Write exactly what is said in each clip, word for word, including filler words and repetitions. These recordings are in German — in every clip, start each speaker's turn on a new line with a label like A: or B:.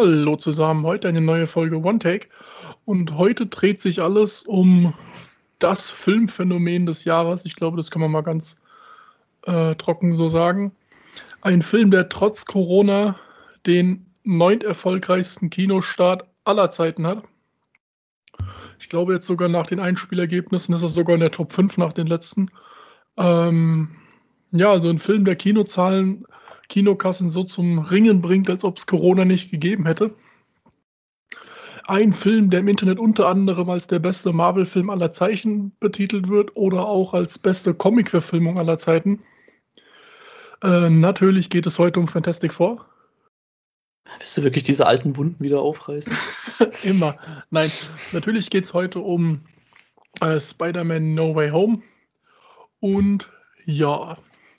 A: Hallo zusammen, heute eine neue Folge One Take und heute dreht sich alles um das Filmphänomen des Jahres. Ich glaube, das kann man mal ganz äh, trocken so sagen. Ein Film, der trotz Corona den neunt erfolgreichsten Kinostart aller Zeiten hat. Ich glaube jetzt sogar nach den Einspielergebnissen ist er sogar in der Top fünf nach den letzten. Ähm, ja, also ein Film, der Kinozahlen, Kinokassen so zum Ringen bringt, als ob es Corona nicht gegeben hätte. Ein Film, der im Internet unter anderem als der beste Marvel-Film aller Zeiten betitelt wird oder auch als beste Comic-Verfilmung aller Zeiten. Äh, natürlich geht es heute um Fantastic Four.
B: Willst du wirklich diese alten Wunden wieder aufreißen?
A: Immer. Nein, natürlich geht es heute um äh, Spider-Man No Way Home. Und ja,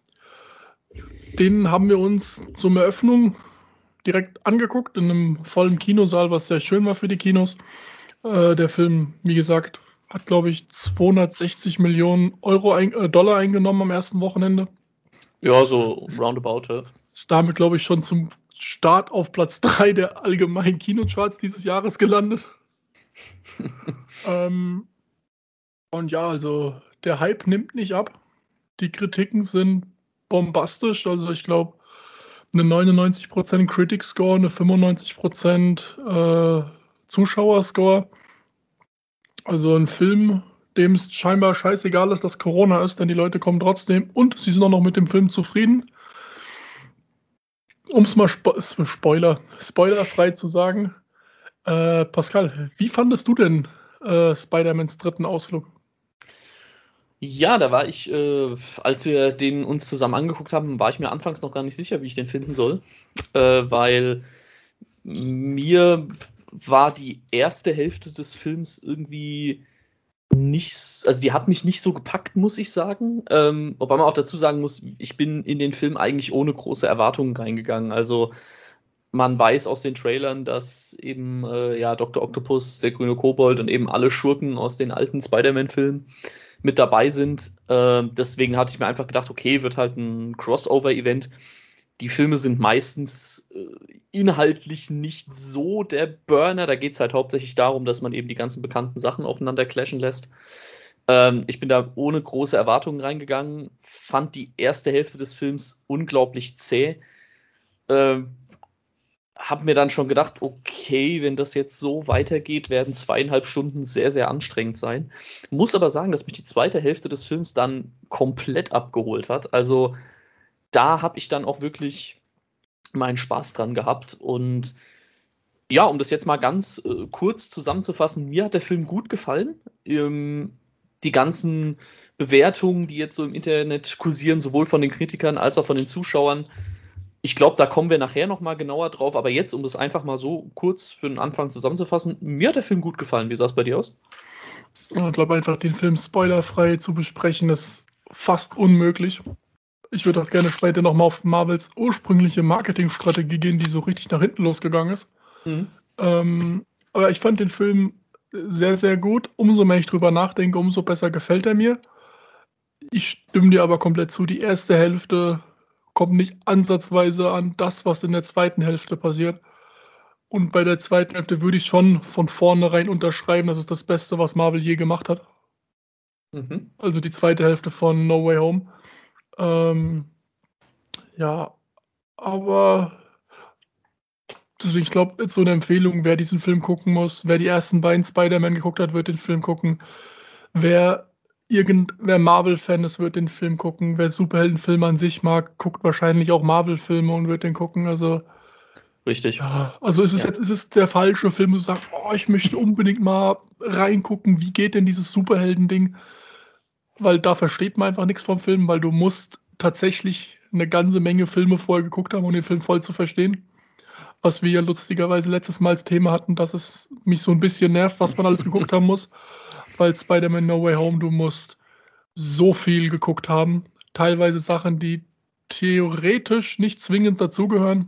A: den haben wir uns zur Eröffnung direkt angeguckt in einem vollen Kinosaal, was sehr schön war für die Kinos. Äh, der Film, wie gesagt, hat, glaube ich, zweihundertsechzig Millionen Euro ein, äh, Dollar eingenommen am ersten Wochenende.
B: Ja, so roundabout, ja.
A: Ist damit, glaube ich, schon zum Start auf Platz drei der allgemeinen Kinocharts dieses Jahres gelandet. ähm, und ja, also der Hype nimmt nicht ab. Die Kritiken sind bombastisch. Also ich glaube, eine neunundneunzig Prozent Critic Score, eine fünfundneunzig Prozent äh, Zuschauerscore. Also ein Film, dem es scheinbar scheißegal ist, dass Corona ist, denn die Leute kommen trotzdem und sie sind auch noch mit dem Film zufrieden. Um es mal spo Spoiler, spoilerfrei zu sagen, äh, Pascal, wie fandest du denn äh, Spider-Mans dritten Ausflug?
B: Ja, da war ich, äh, als wir den uns zusammen angeguckt haben, war ich mir anfangs noch gar nicht sicher, wie ich den finden soll, äh, weil mir war die erste Hälfte des Films irgendwie nicht, also die hat mich nicht so gepackt, muss ich sagen. Ähm, wobei man auch dazu sagen muss, ich bin in den Film eigentlich ohne große Erwartungen reingegangen. Also man weiß aus den Trailern, dass eben äh, ja, Doktor Octopus, der grüne Kobold und eben alle Schurken aus den alten Spider-Man-Filmen mit dabei sind. Äh, deswegen hatte ich mir einfach gedacht, okay, wird halt ein Crossover-Event. Die Filme sind meistens äh, inhaltlich nicht so der Burner. Da geht es halt hauptsächlich darum, dass man eben die ganzen bekannten Sachen aufeinander clashen lässt. Ähm, ich bin da ohne große Erwartungen reingegangen, fand die erste Hälfte des Films unglaublich zäh. Ähm, hab mir dann schon gedacht, okay, wenn das jetzt so weitergeht, werden zweieinhalb Stunden sehr, sehr anstrengend sein. Muss aber sagen, dass mich die zweite Hälfte des Films dann komplett abgeholt hat. Also da habe ich dann auch wirklich meinen Spaß dran gehabt. Und ja, um das jetzt mal ganz äh, kurz zusammenzufassen, mir hat der Film gut gefallen. Ähm, die ganzen Bewertungen, die jetzt so im Internet kursieren, sowohl von den Kritikern als auch von den Zuschauern, ich glaube, da kommen wir nachher noch mal genauer drauf, aber jetzt, um das einfach mal so kurz für den Anfang zusammenzufassen, mir hat der Film gut gefallen. Wie sah es bei dir aus?
A: Ich glaube einfach, den Film spoilerfrei zu besprechen, ist fast unmöglich. Ich würde auch gerne später nochmal auf Marvels ursprüngliche Marketingstrategie gehen, die so richtig nach hinten losgegangen ist.
B: Mhm.
A: Ähm, aber ich fand den Film sehr, sehr gut. Umso mehr ich drüber nachdenke, umso besser gefällt er mir. Ich stimme dir aber komplett zu. Die erste Hälfte kommt nicht ansatzweise an das, was in der zweiten Hälfte passiert. Und bei der zweiten Hälfte würde ich schon von vornherein unterschreiben, das ist das Beste, was Marvel je gemacht hat.
B: Mhm.
A: Also die zweite Hälfte von No Way Home. Ähm, ja, aber deswegen, ich glaube, so eine Empfehlung, wer diesen Film gucken muss, wer die ersten beiden Spider-Man geguckt hat, wird den Film gucken. Wer irgend, wer Marvel-Fan ist, wird den Film gucken. Wer Superheldenfilme an sich mag, guckt wahrscheinlich auch Marvel-Filme und wird den gucken. Also,
B: Richtig.
A: ja, also es ist
B: Ja.
A: jetzt, es ist der falsche Film, wo du sagst, oh, ich möchte unbedingt mal reingucken, wie geht denn dieses Superhelden-Ding? Weil da versteht man einfach nichts vom Film, weil du musst tatsächlich eine ganze Menge Filme vorher geguckt haben, um den Film voll zu verstehen. Was wir ja lustigerweise letztes Mal als Thema hatten, dass es mich so ein bisschen nervt, was man alles geguckt haben muss. Weil Spider-Man No Way Home, du musst so viel geguckt haben. Teilweise Sachen, die theoretisch nicht zwingend dazugehören.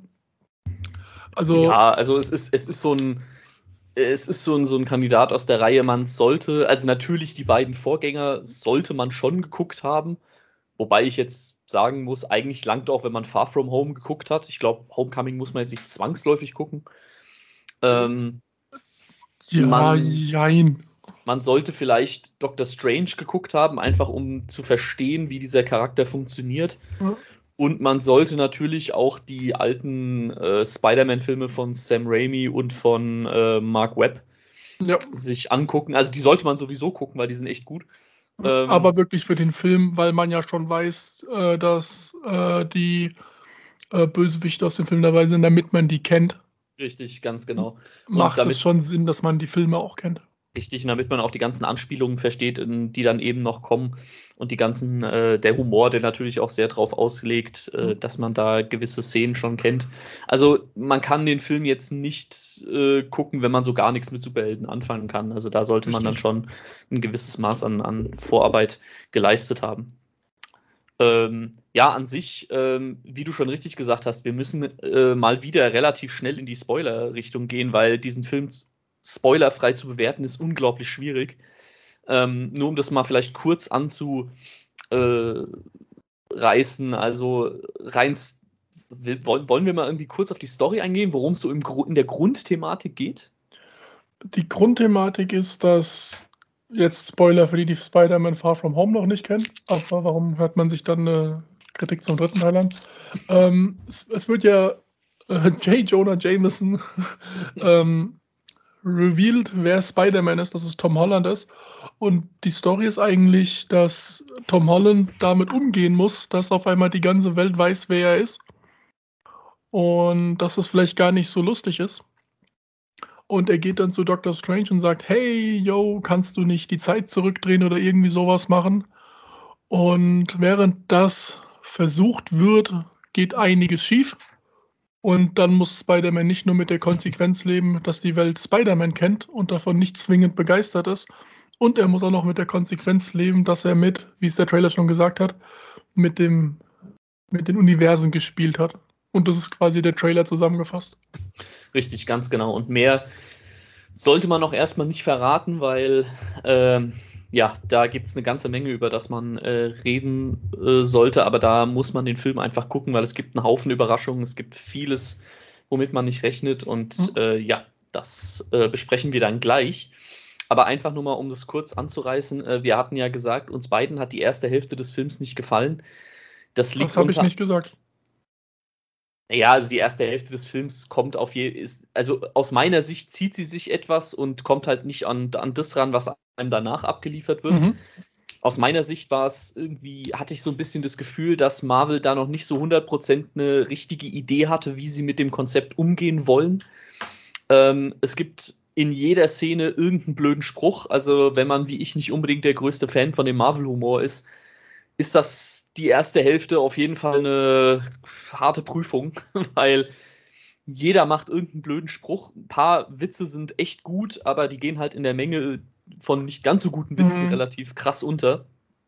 A: Also,
B: Ja, also es ist, es ist so ein, es ist so ein, so ein Kandidat aus der Reihe, man sollte, also natürlich die beiden Vorgänger sollte man schon geguckt haben, wobei ich jetzt sagen muss, eigentlich langt auch, wenn man Far From Home geguckt hat. Ich glaube, Homecoming muss man jetzt nicht zwangsläufig gucken. Ähm,
A: Ja,
B: man,
A: jein.
B: man sollte vielleicht Doctor Strange geguckt haben, einfach um zu verstehen, wie dieser Charakter funktioniert.
A: Ja.
B: Und man sollte natürlich auch die alten äh, Spider-Man-Filme von Sam Raimi und von äh, Mark Webb
A: Ja.
B: sich angucken. Also die sollte man sowieso gucken, weil die sind echt gut. Ähm,
A: Aber wirklich für den Film, weil man ja schon weiß, äh, dass äh, die äh, Bösewichte aus dem Film dabei sind, damit man die kennt,
B: richtig, ganz genau. Und
A: macht es
B: damit
A: schon Sinn, dass man die Filme auch kennt.
B: Richtig, und damit man auch die ganzen Anspielungen versteht, in- die dann eben noch kommen und die ganzen, äh, der Humor, der natürlich auch sehr drauf auslegt, äh, dass man da gewisse Szenen schon kennt. Also man kann den Film jetzt nicht äh, gucken, wenn man so gar nichts mit Superhelden anfangen kann. Also da sollte man dann
A: Richtig.
B: schon ein gewisses Maß an, an Vorarbeit geleistet haben. Ähm, ja, an sich, ähm, wie du schon richtig gesagt hast, wir müssen äh, mal wieder relativ schnell in die Spoiler-Richtung gehen, weil diesen Film s- spoilerfrei zu bewerten ist unglaublich schwierig. Ähm, nur um das mal vielleicht kurz anzureißen, also rein, s- will, wollen wollen wir mal irgendwie kurz auf die Story eingehen, worum es so im Gru in der Grundthematik geht?
A: Die Grundthematik ist, dass jetzt Spoiler für die, die Spider-Man Far From Home noch nicht kennen, aber warum hört man sich dann eine Kritik zum dritten Teil an? Ähm, es, es wird ja äh, J. Jonah Jameson ähm, revealed, wer Spider-Man ist, dass es Tom Holland ist. Und die Story ist eigentlich, dass Tom Holland damit umgehen muss, dass auf einmal die ganze Welt weiß, wer er ist. Und dass es vielleicht gar nicht so lustig ist. Und er geht dann zu Doctor Strange und sagt: „Hey, yo, kannst du nicht die Zeit zurückdrehen oder irgendwie sowas machen?“ Und während das versucht wird, geht einiges schief. Und dann muss Spider-Man nicht nur mit der Konsequenz leben, dass die Welt Spider-Man kennt und davon nicht zwingend begeistert ist. Und er muss auch noch mit der Konsequenz leben, dass er mit, wie es der Trailer schon gesagt hat, mit dem mit den Universen gespielt hat. Und das ist quasi der Trailer zusammengefasst.
B: Richtig, ganz genau. Und mehr sollte man auch erstmal nicht verraten, weil ähm, ja, da gibt es eine ganze Menge, über das man äh, reden äh, sollte, aber da muss man den Film einfach gucken, weil es gibt einen Haufen Überraschungen, es gibt vieles, womit man nicht rechnet und
A: Mhm.
B: äh, ja, das äh, besprechen wir dann gleich. Aber einfach nur mal, um das kurz anzureißen, äh, wir hatten ja gesagt, uns beiden hat die erste Hälfte des Films nicht gefallen. Das liegt
A: Das habe ich
B: unter
A: nicht gesagt.
B: ja, also die erste Hälfte des Films kommt auf je ist also aus meiner Sicht zieht sie sich etwas und kommt halt nicht an an das ran, was einem danach abgeliefert wird.
A: Mhm.
B: Aus meiner Sicht war es irgendwie hatte ich so ein bisschen das Gefühl, dass Marvel da noch nicht so hundert Prozent 'ne richtige Idee hatte, wie sie mit dem Konzept umgehen wollen. Ähm, es gibt in jeder Szene irgendeinen blöden Spruch. Also, wenn man wie ich nicht unbedingt der größte Fan von dem Marvel-Humor ist, ist das die erste Hälfte auf jeden Fall eine harte Prüfung, weil jeder macht irgendeinen blöden Spruch. Ein paar Witze sind echt gut, aber die gehen halt in der Menge von nicht ganz so guten Witzen
A: Mhm.
B: relativ krass unter.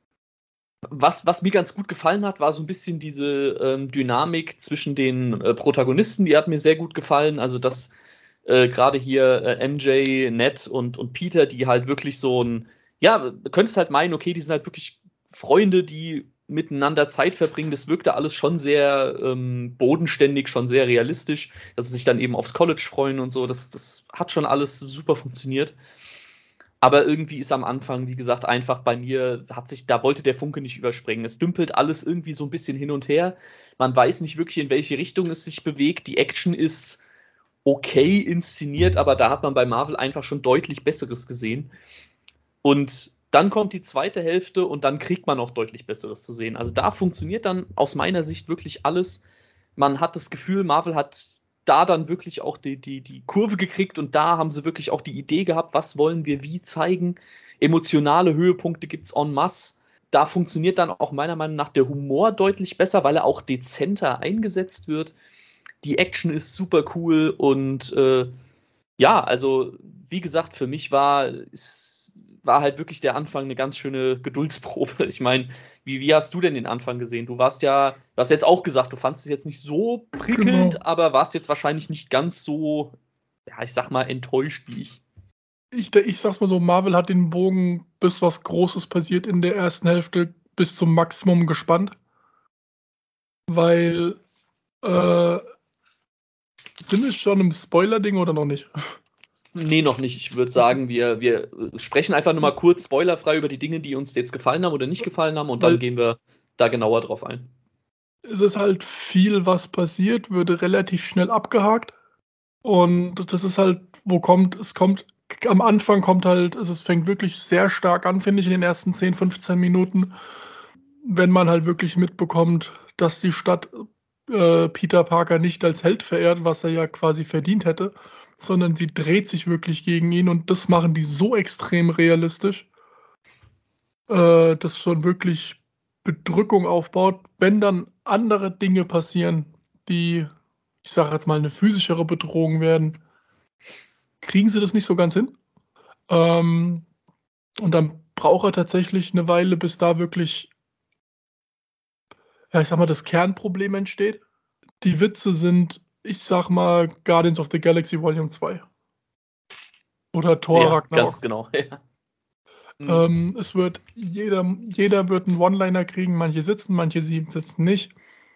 B: Was, was mir ganz gut gefallen hat, war so ein bisschen diese ähm, Dynamik zwischen den äh, Protagonisten. Die hat mir sehr gut gefallen. Also, dass äh, gerade hier äh, M J, Ned und, und Peter, die halt wirklich so ein, ja, du könntest halt meinen, okay, die sind halt wirklich Freunde, die miteinander Zeit verbringen. Das wirkte alles schon sehr ähm, bodenständig, schon sehr realistisch, dass sie sich dann eben aufs College freuen und so. Das, das hat schon alles super funktioniert. Aber irgendwie ist am Anfang, wie gesagt, einfach bei mir hat sich, da wollte der Funke nicht überspringen. Es dümpelt alles irgendwie so ein bisschen hin und her. Man weiß nicht wirklich, in welche Richtung es sich bewegt. Die Action ist okay inszeniert, aber da hat man bei Marvel einfach schon deutlich Besseres gesehen. Und dann kommt die zweite Hälfte und dann kriegt man auch deutlich Besseres zu sehen. Also da funktioniert dann aus meiner Sicht wirklich alles. Man hat das Gefühl, Marvel hat da dann wirklich auch die, die, die Kurve gekriegt und da haben sie wirklich auch die Idee gehabt, was wollen wir wie zeigen. Emotionale Höhepunkte gibt es en masse. Da funktioniert dann auch meiner Meinung nach der Humor deutlich besser, weil er auch dezenter eingesetzt wird. Die Action ist super cool und äh, ja, also wie gesagt, für mich war es war halt wirklich der Anfang eine ganz schöne Geduldsprobe. Ich meine, wie, wie hast du denn den Anfang gesehen? Du warst ja, du hast jetzt auch gesagt, du fandest es jetzt nicht so
A: Genau.
B: prickelnd, aber warst jetzt wahrscheinlich nicht ganz so, ja, ich sag mal, enttäuscht wie ich.
A: Ich, de- ich sag's mal so, Marvel hat den Bogen, bis was Großes passiert in der ersten Hälfte, bis zum Maximum gespannt. Weil äh, sind wir schon im Spoiler-Ding oder noch nicht?
B: Nee, noch nicht. Ich würde sagen, wir, wir sprechen einfach nur mal kurz spoilerfrei über die Dinge, die uns jetzt gefallen haben oder nicht gefallen haben und
A: Weil
B: dann gehen wir da genauer drauf ein.
A: es ist halt viel, was passiert, würde relativ schnell abgehakt. Und das ist halt, wo kommt, es kommt, am Anfang kommt halt, es fängt wirklich sehr stark an, finde ich, in den ersten zehn, fünfzehn Minuten, wenn man halt wirklich mitbekommt, dass die Stadt äh, Peter Parker nicht als Held verehrt, was er ja quasi verdient hätte, sondern sie dreht sich wirklich gegen ihn und das machen die so extrem realistisch, äh, dass schon wirklich Bedrückung aufbaut, wenn dann andere Dinge passieren, die, ich sage jetzt mal, eine physischere Bedrohung werden, kriegen sie das nicht so ganz hin. Ähm, und dann braucht er tatsächlich eine Weile, bis da wirklich, ja, ich sag mal, das Kernproblem entsteht. Die Witze sind, ich sag mal, Guardians of the Galaxy Volume zwei. Oder Thor
B: Ja,
A: Ragnarok.
B: ganz genau. Ja.
A: Ähm, es wird, jeder, jeder wird einen One-Liner kriegen, manche sitzen, manche sitzen nicht.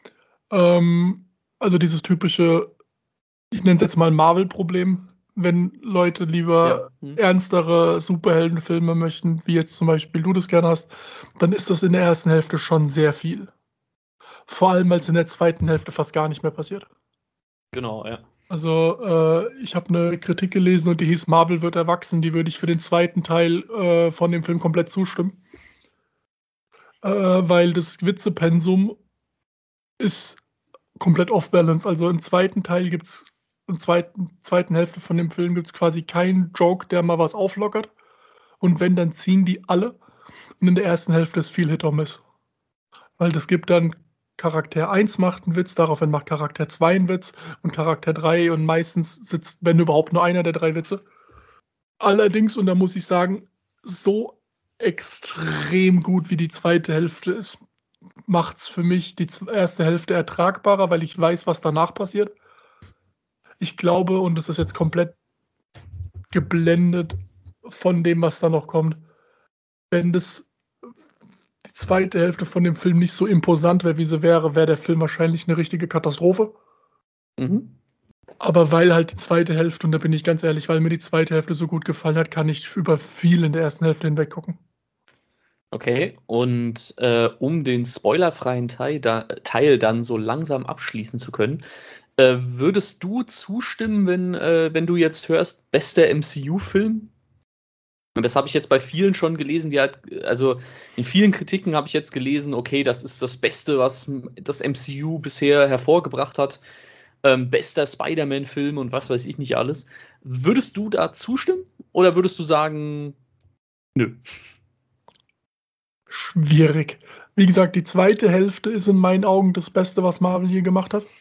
A: Ähm, also dieses typische, ich nenne es jetzt mal Marvel-Problem, wenn Leute lieber
B: Ja. Hm.
A: ernstere Superheldenfilme möchten, wie jetzt zum Beispiel du das gerne hast, dann ist das in der ersten Hälfte schon sehr viel. Vor allem, weil es in der zweiten Hälfte fast gar nicht mehr passiert.
B: Genau, ja.
A: Also äh, ich habe eine Kritik gelesen und die hieß, Marvel wird erwachsen, die würde ich für den zweiten Teil äh, von dem Film komplett zustimmen. Äh, weil das Witzepensum ist komplett off-balance. Also im zweiten Teil gibt es, in der zweiten, zweiten Hälfte von dem Film gibt es quasi keinen Joke, der mal was auflockert. Und wenn, dann ziehen die alle. Und in der ersten Hälfte ist viel Hit or Miss. Weil das gibt dann, Charakter eins macht einen Witz, daraufhin macht Charakter zwei einen Witz und Charakter drei und meistens sitzt, wenn überhaupt, nur einer der drei Witze. Allerdings, und da muss ich sagen, so extrem gut wie die zweite Hälfte ist, macht es für mich die z- erste Hälfte ertragbarer, weil ich weiß, was danach passiert. Ich glaube, und das ist jetzt komplett geblendet von dem, was da noch kommt, wenn das die zweite Hälfte von dem Film nicht so imposant wäre, wie sie wäre, wäre der Film wahrscheinlich eine richtige Katastrophe.
B: Mhm.
A: Aber weil halt die zweite Hälfte, und da bin ich ganz ehrlich, weil mir die zweite Hälfte so gut gefallen hat, kann ich über viel in der ersten Hälfte hinweg gucken.
B: Okay, und äh, um den spoilerfreien Teil, da, Teil dann so langsam abschließen zu können, äh, würdest du zustimmen, wenn, äh, wenn du jetzt hörst, bester M C U-Film? Und das habe ich jetzt bei vielen schon gelesen, die hat, also in vielen Kritiken habe ich jetzt gelesen, okay, das ist das Beste, was m- das M C U bisher hervorgebracht hat. Ähm, bester Spider-Man-Film und was weiß ich nicht alles. Würdest du da zustimmen? Oder würdest du sagen, nö?
A: Schwierig. Wie gesagt, die zweite Hälfte ist in meinen Augen das Beste, was Marvel je gemacht hat.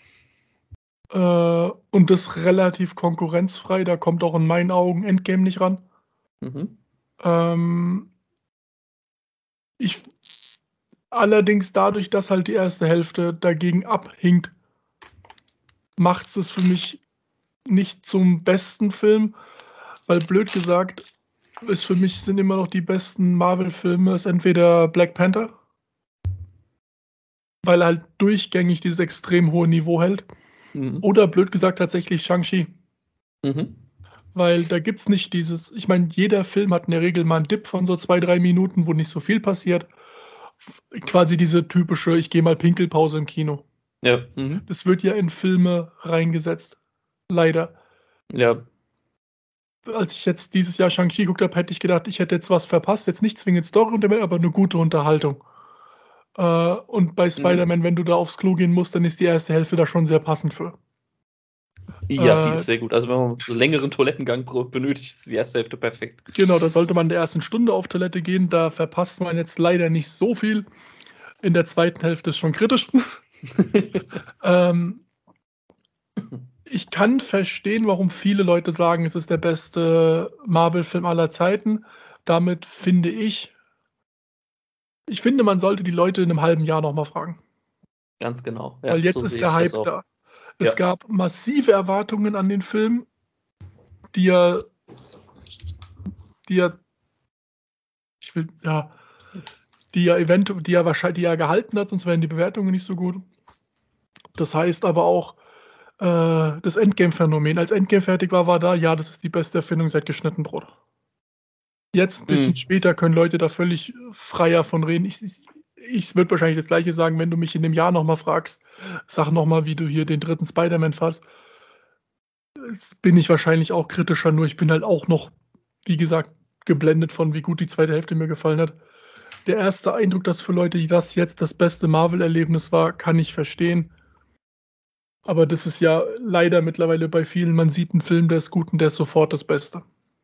A: Äh, und das relativ konkurrenzfrei. Da kommt auch in meinen Augen Endgame nicht ran.
B: Mhm.
A: Ähm, ich allerdings dadurch, dass halt die erste Hälfte dagegen abhinkt, macht es für mich nicht zum besten Film, weil blöd gesagt, ist für mich sind immer noch die besten Marvel-Filme ist entweder Black Panther, weil er halt durchgängig dieses extrem hohe Niveau hält,
B: Mhm.
A: oder blöd gesagt tatsächlich Shang-Chi.
B: Mhm.
A: Weil da gibt es nicht dieses, ich meine, jeder Film hat in der Regel mal einen Dip von so zwei, drei Minuten, wo nicht so viel passiert. Quasi diese typische, ich gehe mal Pinkelpause im Kino.
B: Ja. Mhm.
A: Das wird ja in Filme reingesetzt. Leider.
B: Ja.
A: Als ich jetzt dieses Jahr Shang-Chi geguckt habe, hätte ich gedacht, ich hätte jetzt was verpasst. Jetzt nicht zwingend Story, aber eine gute Unterhaltung. Äh, und bei
B: Mhm.
A: Spider-Man, wenn du da aufs Klo gehen musst, dann ist die erste Hälfte da schon sehr passend für.
B: Ja, die
A: Äh,
B: ist sehr gut. Also wenn man einen längeren Toilettengang bro- benötigt, ist die erste Hälfte perfekt.
A: genau, da sollte man in der ersten Stunde auf Toilette gehen. Da verpasst man jetzt leider nicht so viel. In der zweiten Hälfte ist schon kritisch. ähm, ich kann verstehen, warum viele Leute sagen, es ist der beste Marvel-Film aller Zeiten. Damit finde ich, ich finde, man sollte die Leute in einem halben Jahr nochmal fragen.
B: Ganz genau. Ja,
A: Weil
B: so
A: jetzt ist
B: sehe
A: der
B: ich das
A: Hype
B: auch.
A: da. Es
B: Ja.
A: gab massive Erwartungen an den Film, die er, die er, ich will, ja, die er eventuell, die er wahrscheinlich, die er gehalten hat, sonst wären die Bewertungen nicht so gut. Das heißt aber auch, äh, das Endgame-Phänomen. Als Endgame fertig war, war da, ja, das ist die beste Erfindung seit geschnitten Brot. Jetzt, ein bisschen
B: Mhm.
A: später, können Leute da völlig freier von reden. Ich ich ich würde wahrscheinlich das Gleiche sagen, wenn du mich in 'nem Jahr noch mal fragst: „Sag noch mal, wie du hier den dritten Spider-Man fandst." Es bin ich wahrscheinlich auch kritischer, nur ich bin halt auch noch, wie gesagt, geblendet von, wie gut die zweite Hälfte mir gefallen hat. Der erste Eindruck, dass für Leute, die das jetzt das beste Marvel-Erlebnis war, kann ich verstehen. Aber das ist ja leider mittlerweile bei vielen, man sieht 'n Film, der ist gut und der ist sofort das Beste.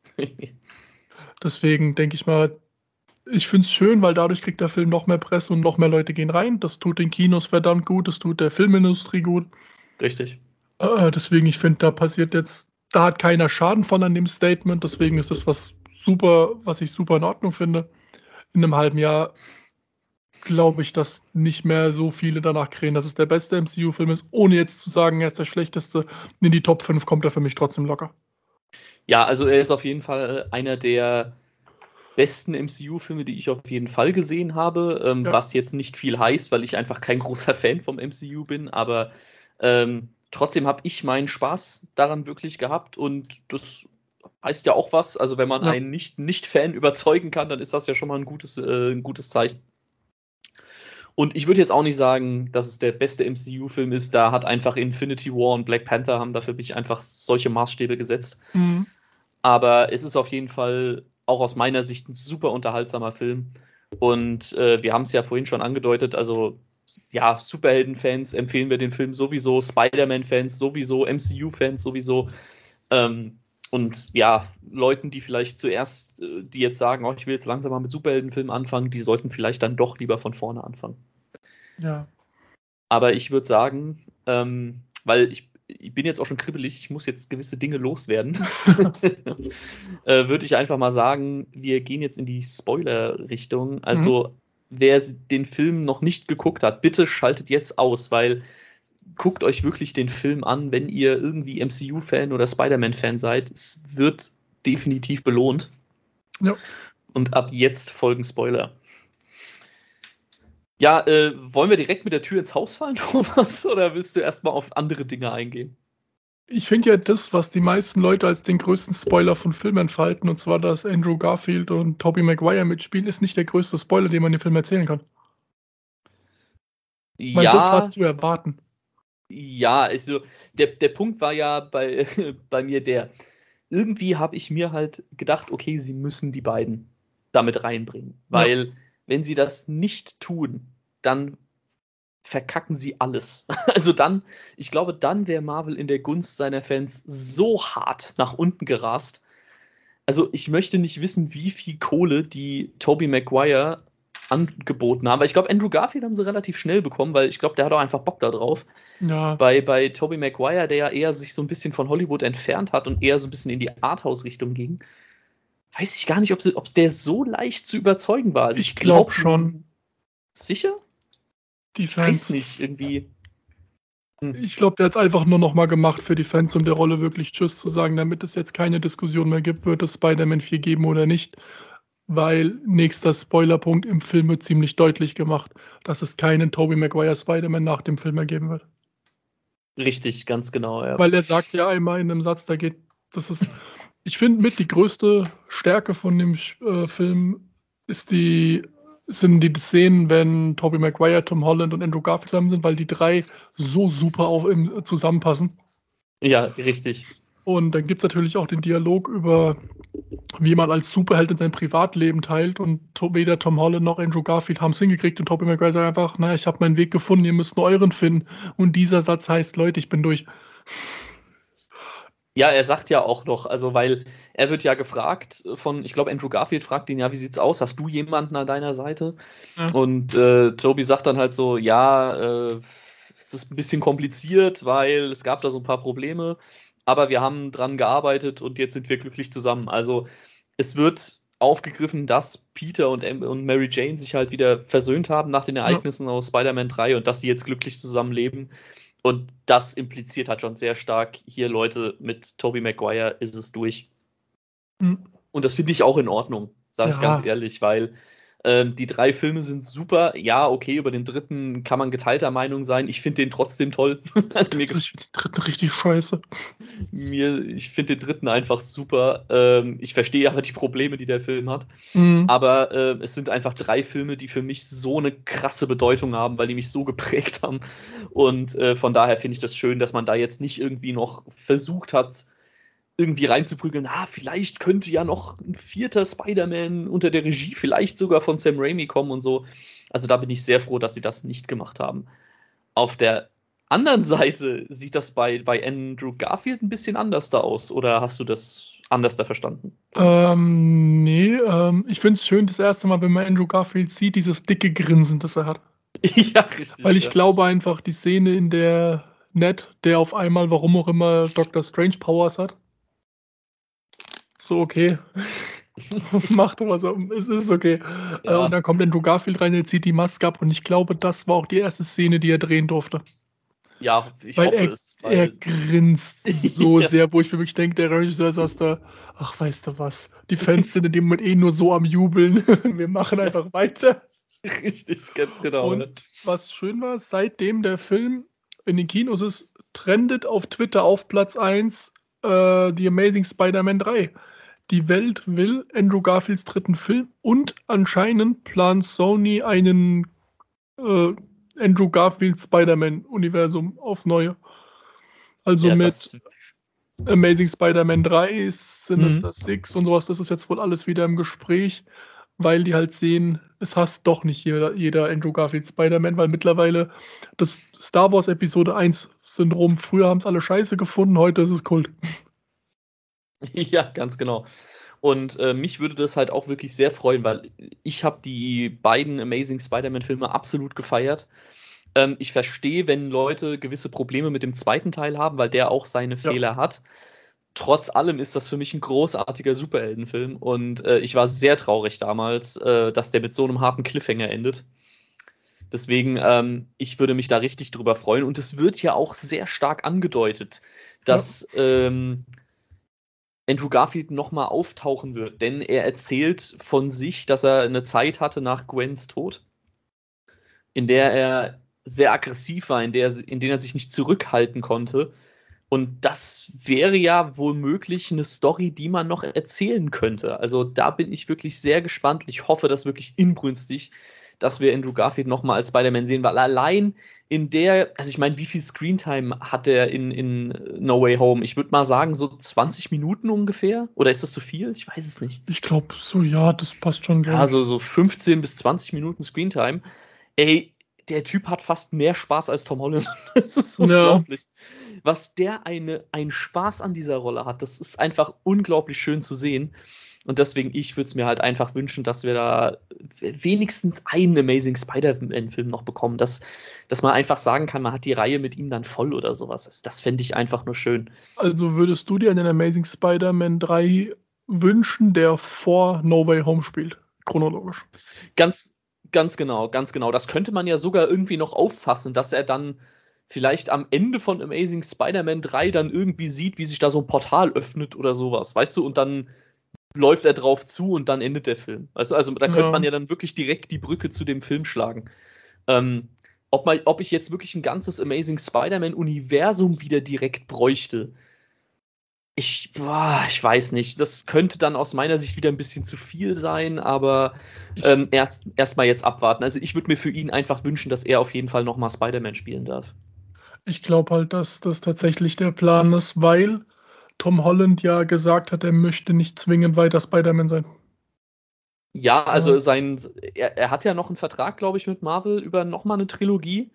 A: Deswegen denke ich mal, ich finde es schön, weil dadurch kriegt der Film noch mehr Presse und noch mehr Leute gehen rein. Das tut den Kinos verdammt gut, das tut der Filmindustrie gut.
B: Richtig.
A: Äh, deswegen, ich finde, da passiert jetzt da hat keiner Schaden von an dem Statement, deswegen ist es was super was ich super in Ordnung finde. In 'nem halben Jahr glaube ich, dass nicht mehr so viele danach krähen, dass es der beste M C U-Film ist, ohne jetzt zu sagen, er ist der schlechteste. In die Top fünf kommt er für mich trotzdem locker.
B: Ja, also er ist auf jeden Fall einer der besten M C U-Filme, die ich auf jeden Fall gesehen habe, ähm,
A: Ja.
B: was jetzt nicht viel heißt, weil ich einfach kein großer Fan vom M C U bin, aber, ähm, trotzdem habe ich meinen Spaß daran wirklich gehabt und das heißt ja auch was. Also, wenn man
A: Ja.
B: einen Nicht Nicht-Fan überzeugen kann, dann ist das ja schon mal 'n gutes äh, 'n gutes Zeichen. Und ich würde jetzt auch nicht sagen, dass es der beste M C U-Film ist. Da hat einfach Infinity War und Black Panther haben da für mich einfach solche Maßstäbe gesetzt.
A: Mhm.
B: Aber es ist auf jeden Fall auch aus meiner Sicht 'n super unterhaltsamer Film. Und, äh, wir haben's ja vorhin schon angedeutet, also, ja, Superheldenfans empfehlen wir den Film sowieso, Spider-Man-Fans sowieso, M C U-Fans sowieso. Ähm, und ja, Leuten, die vielleicht zuerst äh, die jetzt sagen: „Oh, ich will jetzt langsam mal mit Superheldenfilmen anfangen", die sollten vielleicht dann doch lieber von vorne anfangen.
A: Ja.
B: Aber ich würde sagen, ähm, weil ich ich bin jetzt auch schon kribbelig, ich muss jetzt gewisse Dinge loswerden, äh, würde ich einfach mal sagen, wir gehen jetzt in die Spoiler-Richtung.
A: Mhm.
B: Also, wer s den Film noch nicht geguckt hat, bitte schaltet jetzt aus, weil guckt euch wirklich den Film an, wenn ihr irgendwie M C U-Fan oder Spider-Man-Fan seid. Es wird definitiv belohnt.
A: Ja.
B: Und ab jetzt folgen Spoiler. Ja, äh, wollen wir direkt mit der Tür ins Haus fallen, Thomas, oder willst du erst mal auf andere Dinge eingehen?
A: Ich finde ja das, was die meisten Leute als den größten Spoiler von Filmen entfalten, und zwar, dass Andrew Garfield und Tobey Maguire mitspielen, ist nicht der größte Spoiler, den man dem Film erzählen kann. Weil das war
B: Ja.
A: zu erwarten.
B: Ja, also, der der Punkt war ja bei bei mir der: Irgendwie habe ich mir halt gedacht: „Okay, sie müssen die beiden damit reinbringen."
A: Ja.
B: Weil, wenn sie das nicht tun, dann verkacken sie alles. Also, dann ich glaube, dann wäre Marvel in der Gunst seiner Fans so hart nach unten gerast. Also, ich möchte nicht wissen, wie viel Kohle die Tobey Maguire angeboten haben, weil ich glaube, Andrew Garfield haben sie relativ schnell bekommen, weil ich glaube, der hat auch einfach Bock da drauf.
A: Ja.
B: Bei bei Tobey Maguire, der ja eher sich so 'n bisschen von Hollywood entfernt hat und eher so 'n bisschen in die Arthouse-Richtung ging, weiß ich gar nicht, ob sie ob's der so leicht zu überzeugen war. Also,
A: Ich
B: ich
A: glaube
B: glaube
A: schon.
B: n sicher?
A: Die
B: Ich weiß
A: Fans.
B: nicht, irgendwie hm.
A: Ich glaube, der hat's einfach nur noch mal gemacht für die Fans, um der Rolle wirklich tschüss zu sagen, damit es jetzt keine Diskussion mehr gibt, wird es Spider-Man vier geben oder nicht. Weil nächster Spoilerpunkt, im Film wird ziemlich deutlich gemacht, dass es keinen Tobey Maguire Spider-Man nach dem Film mehr geben wird.
B: Richtig, ganz genau, ja.
A: Weil er sagt ja einmal in 'nem Satz, da geht das ist ich finde mit die größte Stärke von dem sch äh, Film ist die sind die Szenen, wenn Tobey Maguire, Tom Holland und Andrew Garfield zusammen sind, weil die drei so super auch im zusammenpassen.
B: Ja, richtig.
A: Und dann gibt's natürlich auch den Dialog über wie man als Superheld in sein Privatleben teilt und To weder Tom Holland noch Andrew Garfield haben's hingekriegt und Tobey Maguire sagt einfach: „Na ja, ich habe meinen Weg gefunden, ihr müsst nur euren finden." Und dieser Satz heißt: „Leute, ich bin durch."
B: Ja, er sagt ja auch noch also, weil er wird ja gefragt von ich glaube, Andrew Garfield fragt ihn: „Ja, wie sieht's aus? Hast du jemanden an deiner Seite?"
A: Ja.
B: Und, äh, Tobey sagt dann halt so: „Ja, äh, es ist 'n bisschen kompliziert, weil es gab da so 'n paar Probleme, aber wir haben dran gearbeitet und jetzt sind wir glücklich zusammen." Also, es wird aufgegriffen, dass Peter und M und Mary Jane sich halt wieder versöhnt haben nach den
A: Ja.
B: Ereignissen aus Spider-Man drei und dass sie jetzt glücklich zusammenleben. Und das impliziert halt schon sehr stark: „Hier Leute, mit Tobey Maguire ist es durch."
A: Mhm.
B: Und das finde ich auch in Ordnung, sage ich ganz
A: Ja.
B: ehrlich, weil, Ähm, die drei Filme sind super. Ja, okay, über den dritten kann man geteilter Meinung sein. Ich finde den trotzdem toll. Also mir,
A: Ich finde den dritten richtig scheiße.
B: mir, ich finde den dritten einfach super. Ähm, ich verstehe aber die Probleme, die der Film hat.
A: Mhm.
B: Aber äh, es sind einfach drei Filme, die für mich so eine krasse Bedeutung haben, weil die mich so geprägt haben. Und äh, von daher finde ich das schön, dass man da jetzt nicht irgendwie noch versucht hat, irgendwie reinzuprügeln, ah, vielleicht könnte ja noch ein vierter Spider-Man unter der Regie vielleicht sogar von Sam Raimi kommen und so. Also da bin ich sehr froh, dass sie das nicht gemacht haben. Auf der anderen Seite sieht das bei, bei Andrew Garfield ein bisschen anders da aus. Oder hast du das anders da verstanden?
A: Ähm, nee, ähm, ich finde es schön, das erste Mal, wenn man Andrew Garfield sieht, dieses dicke Grinsen, das er hat.
B: Ja, richtig.
A: Weil ich
B: ja.
A: glaube einfach, die Szene, in der Ned, der auf einmal, warum auch immer, Doctor Strange Powers hat. So, okay. Macht was er, es ist okay. Äh,
B: Ja.
A: Und dann kommt Andrew Garfield rein, der zieht die Maske ab und ich glaube, das war auch die erste Szene, die er drehen durfte.
B: Ja, ich
A: Weil
B: hoffe
A: er,
B: es.
A: er
B: Weil
A: grinst so
B: Ja.
A: sehr, wo ich mir wirklich denke, der Regisseur saß da, ach, weißt du was, die Fans sind in dem Moment eh nur so am Jubeln. Wir machen
B: Ja.
A: einfach weiter.
B: Richtig, ganz genau. ja.
A: Und was schön war, seitdem der Film in den Kinos ist, trendet auf Twitter auf Platz eins äh, The Amazing Spider-Man drei. Die Welt will Andrew Garfields dritten Film und anscheinend plant Sony einen äh, Andrew Garfield Spider-Man-Universum aufs Neue. Also
B: Ja,
A: mit
B: das.
A: Amazing Spider-Man drei, Sinister
B: Mhm.
A: Six und sowas, das ist jetzt wohl alles wieder im Gespräch, weil die halt sehen, es hasst doch nicht jeder, jeder Andrew Garfield Spider-Man, weil mittlerweile das Star Wars Episode eins Syndrom, früher haben es alle scheiße gefunden, heute ist es Kult.
B: Ja, ganz genau. Und äh, mich würde das halt auch wirklich sehr freuen, weil ich habe die beiden Amazing Spider-Man-Filme absolut gefeiert. Ähm, ich verstehe, wenn Leute gewisse Probleme mit dem zweiten Teil haben, weil der auch seine
A: Ja.
B: Fehler hat. Trotz allem ist das für mich ein großartiger Superheldenfilm und äh, ich war sehr traurig damals, äh, dass der mit so einem harten Cliffhanger endet. Deswegen, ähm, ich würde mich da richtig drüber freuen und es wird ja auch sehr stark angedeutet,
A: Ja.
B: dass ähm, Andrew Garfield nochmal auftauchen wird, denn er erzählt von sich, dass er eine Zeit hatte nach Gwens Tod, in der er sehr aggressiv war, in der, in der er sich nicht zurückhalten konnte. Und das wäre ja womöglich eine Story, die man noch erzählen könnte. Also da bin ich wirklich sehr gespannt und ich hoffe das wirklich inbrünstig, dass wir Andrew Garfield nochmal als Spider-Man sehen, weil allein in der, also ich meine, wie viel Screentime hat er in, in No Way Home? Ich würde mal sagen, so zwanzig Minuten ungefähr. Oder ist das zu viel? Ich weiß es nicht.
A: Ich glaube so, ja, das passt schon, glaube
B: Ja,
A: ich.
B: so, so fünfzehn bis zwanzig Minuten Screentime. Ey, der Typ hat fast mehr Spaß als Tom Holland. Das ist
A: Ja.
B: unglaublich. Was der eine, einen Spaß an dieser Rolle hat, das ist einfach unglaublich schön zu sehen. Und deswegen, ich würde es mir halt einfach wünschen, dass wir da wenigstens einen Amazing Spider-Man-Film noch bekommen, dass, dass man einfach sagen kann, man hat die Reihe mit ihm dann voll oder sowas. Das, das fände ich einfach nur schön.
A: Also würdest du dir einen Amazing Spider-Man drei wünschen, der vor No Way Home spielt? Chronologisch.
B: Ganz, ganz genau, ganz genau. Das könnte man ja sogar irgendwie noch auffassen, dass er dann vielleicht am Ende von Amazing Spider-Man drei dann irgendwie sieht, wie sich da so ein Portal öffnet oder sowas, weißt du, und dann läuft er drauf zu und dann endet der Film. Also, also da könnte
A: Ja.
B: man ja dann wirklich direkt die Brücke zu dem Film schlagen. Ähm, ob, man, ob ich jetzt wirklich ein ganzes Amazing Spider-Man-Universum wieder direkt bräuchte, ich, boah, ich weiß nicht. Das könnte dann aus meiner Sicht wieder ein bisschen zu viel sein, aber
A: Ich,
B: ähm, erst erstmal jetzt abwarten. Also ich würde mir für ihn einfach wünschen, dass er auf jeden Fall nochmal Spider-Man spielen darf.
A: ich glaube halt, dass das tatsächlich der Plan ist, weil Tom Holland ja gesagt hat, er möchte nicht zwingend weiter Spider-Man sein.
B: Ja, also
A: Ja.
B: sein, er, er hat ja noch einen Vertrag, glaube ich, mit Marvel über nochmal eine Trilogie.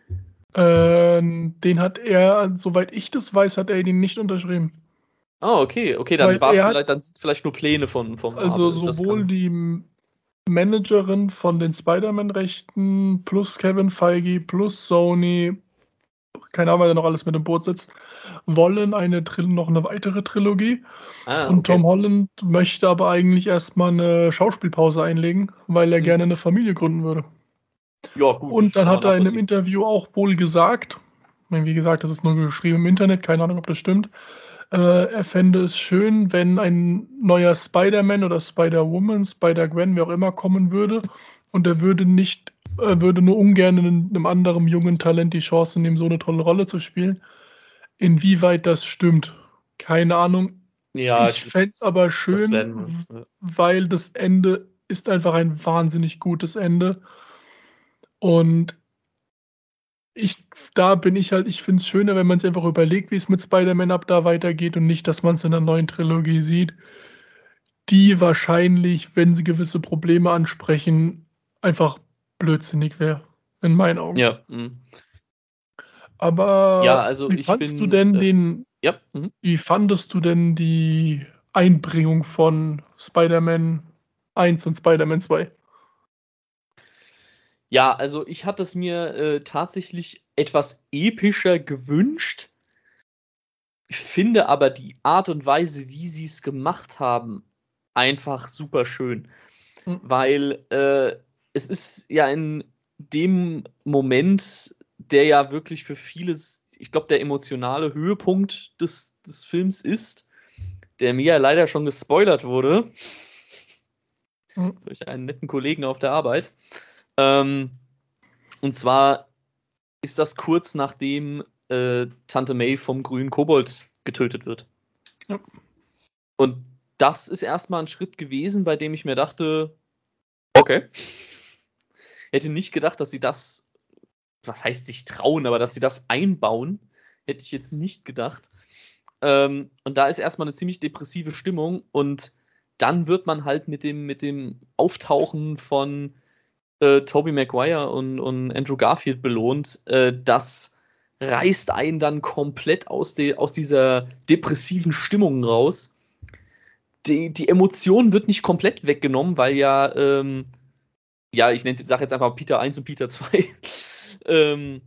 A: Ähm, den hat er, soweit ich das weiß, hat er den nicht unterschrieben.
B: Ah, okay, okay,
A: Weil
B: dann war es
A: er hat,
B: vielleicht, dann sind es vielleicht nur Pläne von, von
A: also
B: Marvel. Das
A: sowohl
B: kann.
A: die M- Managerin von den Spider-Man-Rechten plus Kevin Feige plus Sony, keine Ahnung, wer da noch alles mit im Boot sitzt, wollen eine Tril noch eine weitere Trilogie.
B: Ah,
A: Und
B: okay.
A: Tom Holland möchte aber eigentlich erstmal eine Schauspielpause einlegen, weil er
B: Mhm.
A: gerne eine Familie gründen würde.
B: Ja, gut,
A: Und
B: das
A: dann
B: kann man
A: hat er in einem
B: nachvollziehen.
A: Interview auch wohl gesagt, ich meine, wie gesagt, das ist nur geschrieben im Internet, keine Ahnung, ob das stimmt, äh, er fände es schön, wenn ein neuer Spider-Man oder Spider-Woman, Spider-Gwen, wer auch immer kommen würde Und er würde nicht, er würde nur ungern einem einem anderen jungen Talent die Chance nehmen, so eine tolle Rolle zu spielen. Inwieweit das stimmt, keine Ahnung.
B: Ja,
A: Ich
B: ich
A: fände es aber
B: das
A: schön,
B: werden wir.
A: w
B: Ja.
A: weil das Ende ist einfach ein wahnsinnig gutes Ende. Und ich da bin ich halt ich finde es schöner, wenn man sich einfach überlegt, wie es mit Spider-Man ab da weitergeht und nicht, dass man es in der neuen Trilogie sieht, die wahrscheinlich, wenn sie gewisse Probleme ansprechen, einfach blödsinnig wäre, in meinen Augen.
B: Ja, mhm. Ja,
A: Aber
B: also
A: wie
B: ich
A: fandst du
B: bin,
A: denn
B: äh
A: den
B: ja, mhm.
A: wie fandest du denn die Einbringung von Spider-Man eins und Spider-Man zwei?
B: Ja, also ich hatte es mir, äh, tatsächlich etwas epischer gewünscht. Finde aber die Art und Weise, wie sie es gemacht haben, einfach super schön.
A: Hm.
B: Weil, äh, es ist ja in dem Moment, der ja wirklich für vieles, ich glaube, der emotionale Höhepunkt des des Films ist, der mir ja leider schon gespoilert wurde
A: Hm.
B: durch einen netten Kollegen auf der Arbeit. Ähm, und zwar ist das kurz nachdem, äh, Tante May vom grünen Kobold getötet wird.
A: Ja.
B: Und das ist erst mal 'n Schritt gewesen, bei dem ich mir dachte: „Okay.“ Hätte nicht gedacht, dass sie das was heißt sich trauen, aber dass sie das einbauen, hätte ich jetzt nicht gedacht. Ähm, und da ist erst mal 'ne ziemlich depressive Stimmung und dann wird man halt mit dem mit dem Auftauchen von, äh, Tobey Maguire und und Andrew Garfield belohnt. Äh, das reißt einen dann komplett aus de aus dieser depressiven Stimmung raus. Die die Emotion wird nicht komplett weggenommen, weil ja, ähm ja, ich nenne es jetzt sage jetzt einfach Peter eins und Peter zwei, ähm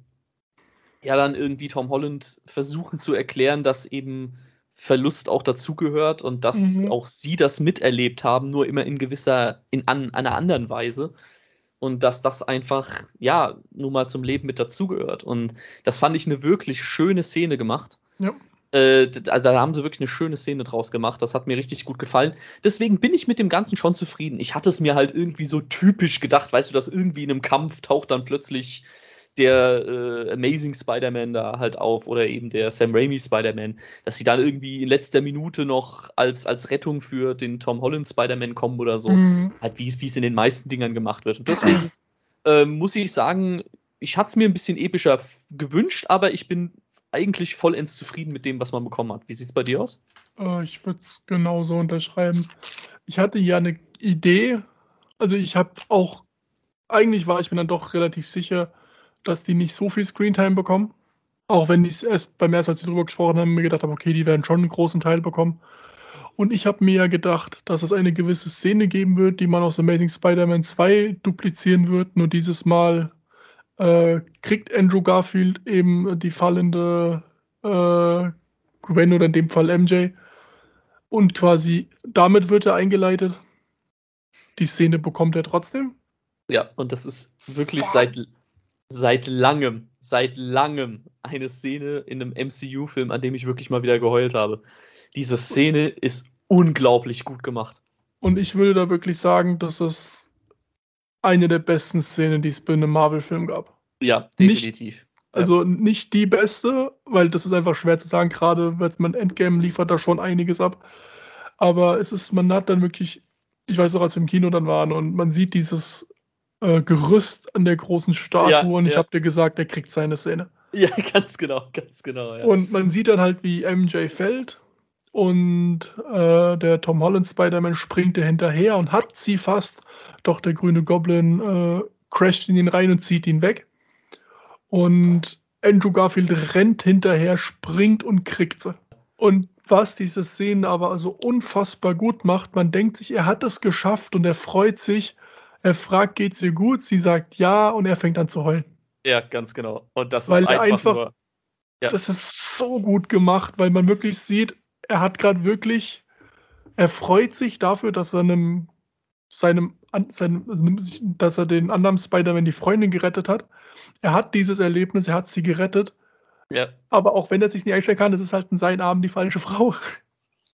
B: ja dann irgendwie Tom Holland versuchen zu erklären, dass eben Verlust auch dazugehört und dass
A: Mhm.
B: auch sie das miterlebt haben, nur immer in gewisser in an einer anderen Weise. Und dass das einfach, ja, nun mal zum Leben mit dazugehört. Und das fand ich 'ne wirklich schöne Szene gemacht.
A: Ja.
B: Äh, d also, da haben sie wirklich 'ne schöne Szene draus gemacht. Das hat mir richtig gut gefallen. Deswegen bin ich mit dem Ganzen schon zufrieden. Ich hatte es mir halt irgendwie so typisch gedacht, weißt du, dass irgendwie in 'nem Kampf taucht dann plötzlich der, äh, Amazing Spider-Man da halt auf oder eben der Sam Raimi Spider-Man, dass sie dann irgendwie in letzter Minute noch als als Rettung für den Tom Holland Spider-Man kommen oder so.
A: Mhm.
B: Halt wie wie's in den meisten Dingern gemacht wird. Und deswegen, ähm, muss ich sagen, ich hatte es mir 'n bisschen epischer f gewünscht, aber ich bin eigentlich vollends zufrieden mit dem, was man bekommen hat. Wie sieht's bei dir aus?
A: Äh, ich würde es genauso unterschreiben. Ich hatte ja 'ne Idee. Also, ich habe auch eigentlich war ich mir dann doch relativ sicher, dass die nicht so viel Screentime bekommen. Auch wenn ich's erst beim ersten Mal, als wir drüber gesprochen haben, mir gedacht habe: „Okay, die werden schon 'n großen Teil bekommen.“ Und ich habe mir ja gedacht, dass es eine gewisse Szene geben wird, die man aus Amazing Spider-Man zwei duplizieren wird. Nur dieses Mal, äh, kriegt Andrew Garfield eben die fallende, äh, Gwen oder in dem Fall M J. Und quasi damit wird er eingeleitet. Die Szene bekommt er trotzdem.
B: Ja, und das ist wirklich
A: Wa
B: seit l seit Langem seit Langem eine Szene in 'nem M C U-Film, an dem ich wirklich mal wieder geheult habe. Diese Szene ist unglaublich gut gemacht.
A: Und ich würde da wirklich sagen, das ist eine der besten Szenen, die es bei 'nem Marvel-Film gab.
B: Ja,
A: Nicht
B: definitiv. Ja.
A: also, nicht die beste, weil das ist einfach schwer zu sagen, grade weil man Endgame liefert da schon einiges ab. Aber es ist man hat dann wirklich ich weiß noch, als wir im Kino dann waren und man sieht dieses, äh, Gerüst an der großen
B: Ja,
A: Statue und ich
B: ja.
A: habe dir gesagt, er kriegt seine Szene.
B: Ja, ganz genau, ganz genau, ja.
A: Und man sieht dann halt, wie M J fällt und, äh, der Tom Holland Spider-Man springt ihr hinterher und hat sie fast, doch der grüne Goblin, äh, crasht in ihn rein und zieht ihn weg. Und Andrew Garfield rennt hinterher, springt und kriegt sie. Und was diese Szene aber so unfassbar gut macht, man denkt sich, er hat es geschafft und er freut sich. Er fragt: „Geht's ihr gut?“ Sie sagt: „Ja“, und er fängt an zu heulen.
B: Ja, ganz genau. Und das ist
A: Weil er
B: einfach
A: einfach
B: nur ja.
A: das ist so gut gemacht, weil man wirklich sieht, er hat grad wirklich er freut sich dafür, dass er 'nem seinem an seinem dass er den anderen Spider-Man die Freundin gerettet hat. Er hat dieses Erlebnis, er hat sie gerettet.
B: Ja.
A: Aber auch wenn er sich's nicht einstellen kann, es ist halt in seinen Armen die falsche Frau.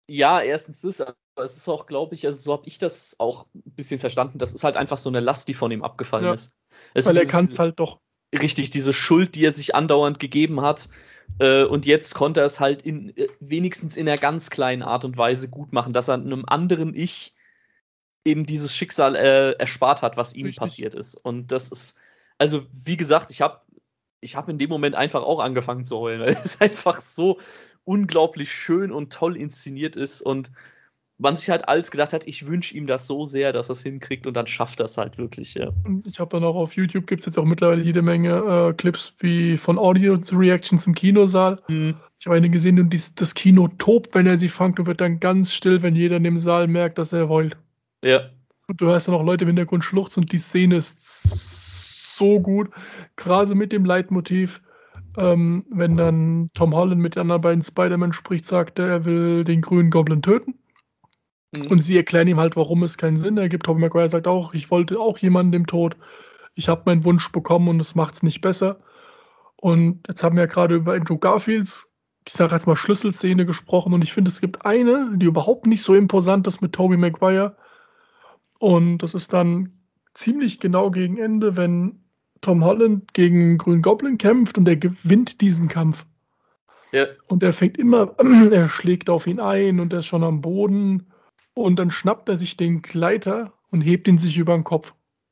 B: Ja, erstens das, aber es ist auch, glaube ich, also so habe ich das auch ein bisschen verstanden, das ist halt einfach so eine Last, die von ihm abgefallen
A: Ja,
B: ist. Also
A: weil er
B: diese,
A: kann es
B: diese,
A: halt doch.
B: richtig, diese Schuld, die er sich andauernd gegeben hat. Äh, und jetzt konnte er es halt in, äh, wenigstens in einer ganz kleinen Art und Weise gut machen, dass er einem anderen Ich eben dieses Schicksal äh, erspart hat, was ihm
A: Richtig.
B: passiert ist. Und das ist, also wie gesagt, ich habe ich hab in dem Moment einfach auch angefangen zu heulen, weil es einfach so unglaublich schön und toll inszeniert ist und man sich halt alles gedacht hat, ich wünsche ihm das so sehr, dass er es hinkriegt und dann schafft er es halt wirklich, ja.
A: Und ich habe dann auch auf YouTube gibt es jetzt auch mittlerweile jede Menge äh, Clips wie von Audio-Reactions im Kinosaal.
B: Mhm.
A: Ich habe eine gesehen und dies, das Kino tobt, wenn er sie fängt und wird dann ganz still, wenn jeder in dem Saal merkt, dass er heult.
B: Ja.
A: Und du hörst dann auch Leute im Hintergrund schluchzen und die Szene ist so gut. Gerade mit dem Leitmotiv, ähm, wenn dann Tom Holland mit den anderen beiden Spider-Man spricht, sagt er, er will den grünen Goblin töten.
B: Mhm.
A: Und sie erklären ihm halt, warum es keinen Sinn ergibt. Tobey Maguire sagt auch, ich wollte auch jemanden im Tod. Ich habe meinen Wunsch bekommen und es macht es nicht besser. Und jetzt haben wir ja gerade über Andrew Garfields, ich sage jetzt mal Schlüsselszene gesprochen und ich finde, es gibt eine, die überhaupt nicht so imposant ist mit Tobey Maguire. Und das ist dann ziemlich genau gegen Ende, wenn Tom Holland gegen den Grünen Goblin kämpft und er gewinnt diesen Kampf.
B: Ja.
A: Und er fängt immer, er schlägt auf ihn ein und er ist schon am Boden. Und dann schnappt er sich den Gleiter und hebt ihn sich über den Kopf.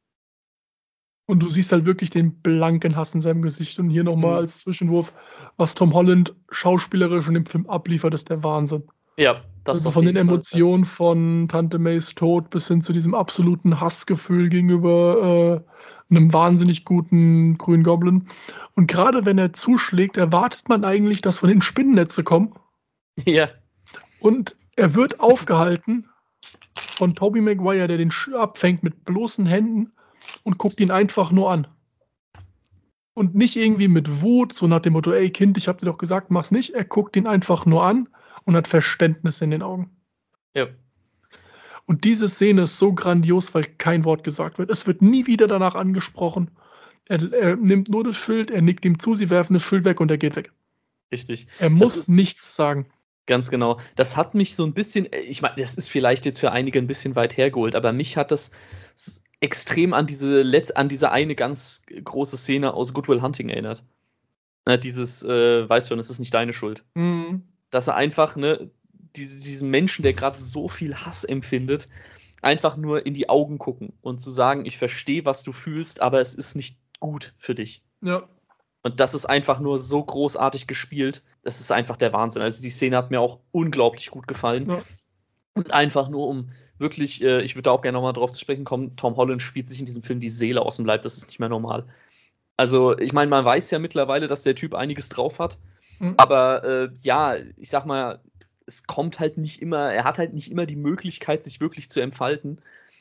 A: Und du siehst halt wirklich den blanken Hass in seinem Gesicht. Und hier nochmal
B: Mhm.
A: als Zwischenwurf, was Tom Holland schauspielerisch in dem Film abliefert, ist der Wahnsinn.
B: Ja, das
A: Also
B: auf
A: von den
B: jeden Fall.
A: Emotionen von Tante Mays Tod bis hin zu diesem absoluten Hassgefühl gegenüber äh, einem wahnsinnig guten Grünen Goblin. Und gerade wenn er zuschlägt, erwartet man eigentlich, dass von den Spinnennetze kommen.
B: Ja.
A: Und er wird aufgehalten von Tobey Maguire, der den abfängt mit bloßen Händen und guckt ihn einfach nur an. Und nicht irgendwie mit Wut, so nach dem Motto, ey Kind, ich hab dir doch gesagt, mach's nicht. Er guckt ihn einfach nur an und hat Verständnis in den Augen.
B: Ja.
A: Und diese Szene ist so grandios, weil kein Wort gesagt wird. Es wird nie wieder danach angesprochen. Er, er nimmt nur das Schild, er nickt ihm zu, sie werfen das Schild weg und er geht weg.
B: Richtig.
A: Er
B: Das
A: muss
B: ist
A: nichts sagen.
B: ganz genau. Das hat mich so ein bisschen, äh, ich meine, das ist vielleicht jetzt für einige ein bisschen weit hergeholt, aber mich hat das s- extrem an diese, Let an diese eine ganz große Szene aus Good Will Hunting erinnert. Ne, dieses, äh, weißt schon, es ist nicht deine Schuld.
A: Mhm.
B: Dass er einfach, ne, diese, diesen Menschen, der gerade so viel Hass empfindet, einfach nur in die Augen gucken und zu sagen, ich verstehe, was du fühlst, aber es ist nicht gut für dich.
A: Ja.
B: Und das ist einfach nur so großartig gespielt. Das ist einfach der Wahnsinn. Also die Szene hat mir auch unglaublich gut gefallen.
A: Ja.
B: Und einfach nur, um wirklich, äh, ich würde da auch gerne nochmal drauf zu sprechen kommen, Tom Holland spielt sich in diesem Film die Seele aus dem Leib. Das ist nicht mehr normal. Also, ich meine, man weiß ja mittlerweile, dass der Typ einiges drauf hat.
A: Mhm.
B: Aber äh, ja, ich sag mal, es kommt halt nicht immer, er hat halt nicht immer die Möglichkeit, sich wirklich zu entfalten.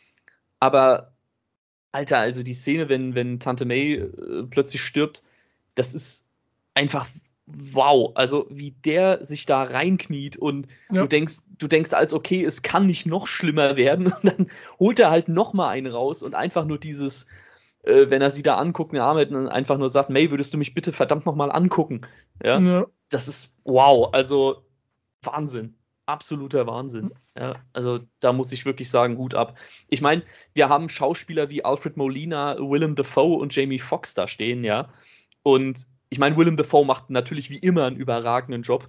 B: Aber, Alter, also die Szene, wenn, wenn Tante May äh, plötzlich stirbt, das ist einfach wow. Also, wie der sich da reinkniet und
A: Ja.
B: du denkst, du denkst als, okay, es kann nicht noch schlimmer werden. Und dann holt er halt noch mal einen raus und einfach nur dieses, äh, wenn er sie da anguckt, eine Arme und einfach nur sagt, May, würdest du mich bitte verdammt noch mal angucken? Ja,
A: Ja.
B: das ist wow. Also, Wahnsinn. Absoluter Wahnsinn. Ja, also da muss ich wirklich sagen, Hut ab. Ich meine, wir haben Schauspieler wie Alfred Molina, Willem Dafoe und Jamie Foxx da stehen, ja. Und ich meine, Willem Dafoe macht natürlich wie immer einen überragenden Job.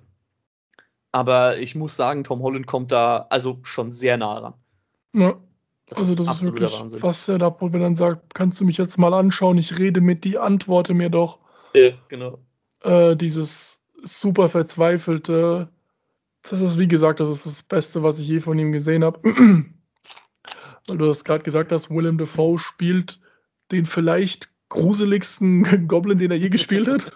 B: Aber ich muss sagen, Tom Holland kommt da also schon sehr nah ran.
A: Ja.
B: Das
A: Also
B: ist
A: das ist
B: absoluter
A: wirklich
B: Wahnsinn.
A: fast sehr ab, wo wir dann sagt, kannst du mich jetzt mal anschauen, ich rede mit dir, antworte mir doch.
B: Ja, genau.
A: Äh, dieses super verzweifelte, das ist wie gesagt, das ist das Beste, was ich je von ihm gesehen habe. Weil du das gerade gesagt hast, Willem Dafoe spielt den vielleicht gruseligsten Goblin, den er je gespielt hat.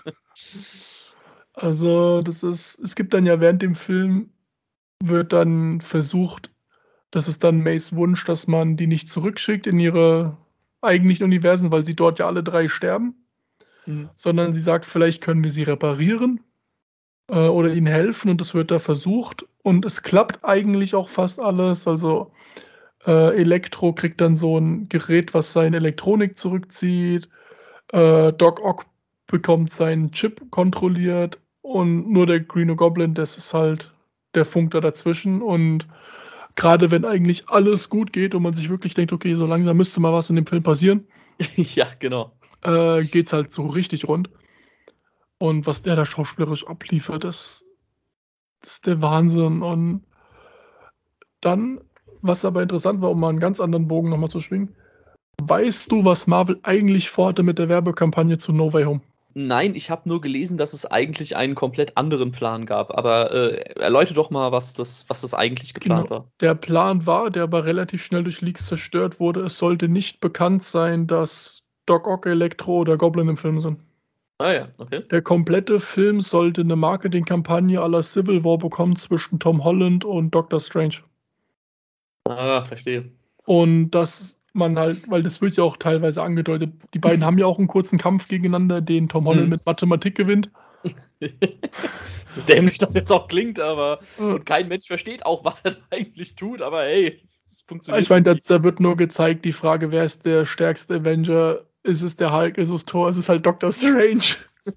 A: Also das ist, es gibt dann ja während dem Film, wird dann versucht, das ist dann Mays Wunsch, dass man die nicht zurückschickt in ihre eigentlichen Universen, weil sie dort ja alle drei sterben,
B: Mhm.
A: sondern sie sagt, vielleicht können wir sie reparieren äh, oder ihnen helfen und das wird da versucht und es klappt eigentlich auch fast alles. Also äh, Elektro kriegt dann so ein Gerät, was seine Elektronik zurückzieht. Äh, Doc Ock bekommt seinen Chip kontrolliert und nur der Green Goblin, das ist halt der Funk da dazwischen. Und gerade wenn eigentlich alles gut geht und man sich wirklich denkt, okay, so langsam müsste mal was in dem Film passieren,
B: Ja, genau.
A: äh, geht's halt so richtig rund. Und was der da schauspielerisch abliefert, das, das ist der Wahnsinn. Und dann, was aber interessant war, um mal einen ganz anderen Bogen nochmal zu schwingen, weißt du, was Marvel eigentlich vorhatte mit der Werbekampagne zu No Way Home?
B: Nein, ich habe nur gelesen, dass es eigentlich einen komplett anderen Plan gab. Aber äh, erläutere doch mal, was das, was das eigentlich geplant
A: Genau.
B: war.
A: Der Plan war, der aber relativ schnell durch Leaks zerstört wurde, es sollte nicht bekannt sein, dass Doc Ock, Elektro oder Goblin im Film sind.
B: Ah ja, okay.
A: Der komplette Film sollte eine Marketingkampagne à la Civil War bekommen zwischen Tom Holland und Doctor Strange.
B: Ah, verstehe.
A: Und dass man halt, weil das wird ja auch teilweise angedeutet, die beiden haben ja auch einen kurzen Kampf gegeneinander, den Tom Holland
B: Mhm.
A: mit Mathematik gewinnt.
B: So dämlich das jetzt auch klingt, aber
A: Äh,
B: und kein Mensch versteht auch, was er da eigentlich tut, aber hey, es funktioniert.
A: Ich meine, da,
B: irgendwie.
A: da wird nur gezeigt, die Frage, wer ist der stärkste Avenger? Ist es der Hulk, ist es Thor, ist es halt Doctor Strange?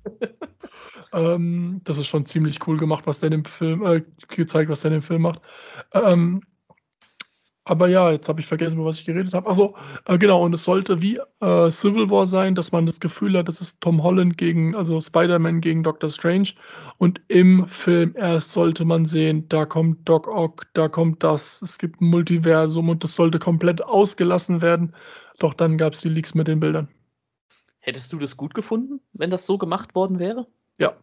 A: ähm, das ist schon ziemlich cool gemacht, was der in dem Film, äh, gezeigt, was der in dem Film macht. Ähm, aber ja, jetzt habe ich vergessen, über was ich geredet habe. Achso, äh, genau, und es sollte wie äh, Civil War sein, dass man das Gefühl hat, das ist Tom Holland gegen, also Spider-Man gegen Doctor Strange. Und im Film erst sollte man sehen, da kommt Doc Ock, da kommt das, es gibt ein Multiversum und das sollte komplett ausgelassen werden. Doch dann gab es die Leaks mit den Bildern.
B: Hättest du das gut gefunden, wenn das so gemacht worden wäre?
A: Ja.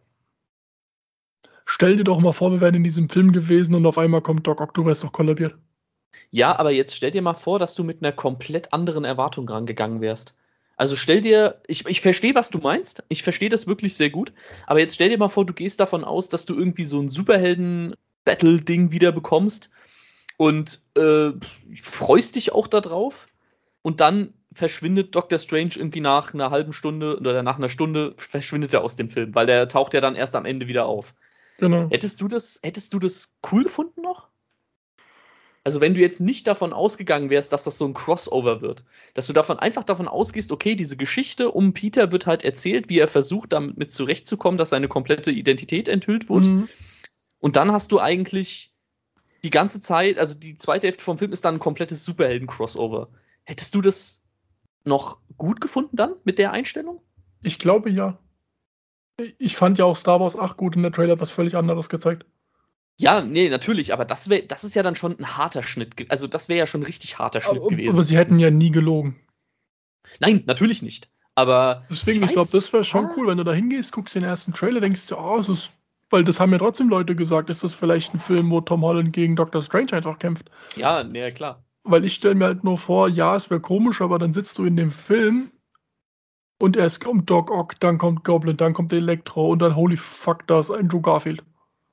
A: Stell dir doch mal vor, wir wären in diesem Film gewesen und auf einmal kommt Doc Ock, du wärst doch kollabiert.
B: Ja, aber jetzt stell dir mal vor, dass du mit einer komplett anderen Erwartung rangegangen wärst. Also stell dir, ich, ich verstehe, was du meinst. Ich verstehe das wirklich sehr gut. Aber jetzt stell dir mal vor, du gehst davon aus, dass du irgendwie so ein Superhelden-Battle-Ding wieder bekommst und äh, freust dich auch darauf. Und dann verschwindet Doctor Strange irgendwie nach einer halben Stunde oder nach einer Stunde verschwindet er aus dem Film, weil der taucht ja dann erst am Ende wieder auf.
A: Genau.
B: Hättest du das, hättest du das cool gefunden noch? Also wenn du jetzt nicht davon ausgegangen wärst, dass das so ein Crossover wird, dass du davon einfach davon ausgehst, okay, diese Geschichte um Peter wird halt erzählt, wie er versucht, damit mit zurechtzukommen, dass seine komplette Identität enthüllt wird.
A: Mhm.
B: Und dann hast du eigentlich die ganze Zeit, also die zweite Hälfte vom Film ist dann ein komplettes Superhelden-Crossover. Hättest du das noch gut gefunden dann mit der Einstellung?
A: Ich glaube ja. Ich fand ja auch Star Wars acht gut in der Trailer was völlig anderes gezeigt.
B: Ja, nee, natürlich, aber das wäre, das ist ja dann schon ein harter Schnitt. ge- Also das wäre ja schon ein richtig harter Schnitt
A: Aber,
B: gewesen.
A: aber sie hätten ja nie gelogen.
B: Nein, natürlich nicht. Aber
A: Deswegen, ich, glaube, das wäre schon cool, wenn du da hingehst, guckst den ersten Trailer, denkst du, oh, das ist, weil das haben ja trotzdem Leute gesagt, ist das vielleicht ein Film, wo Tom Holland gegen Doctor Strange einfach kämpft?
B: Ja, nee, klar.
A: Weil ich stelle mir halt nur vor, ja, es wäre komisch, aber dann sitzt du in dem Film und erst kommt Doc Ock, dann kommt Goblin, dann kommt Elektro und dann holy fuck, da ist Andrew Garfield.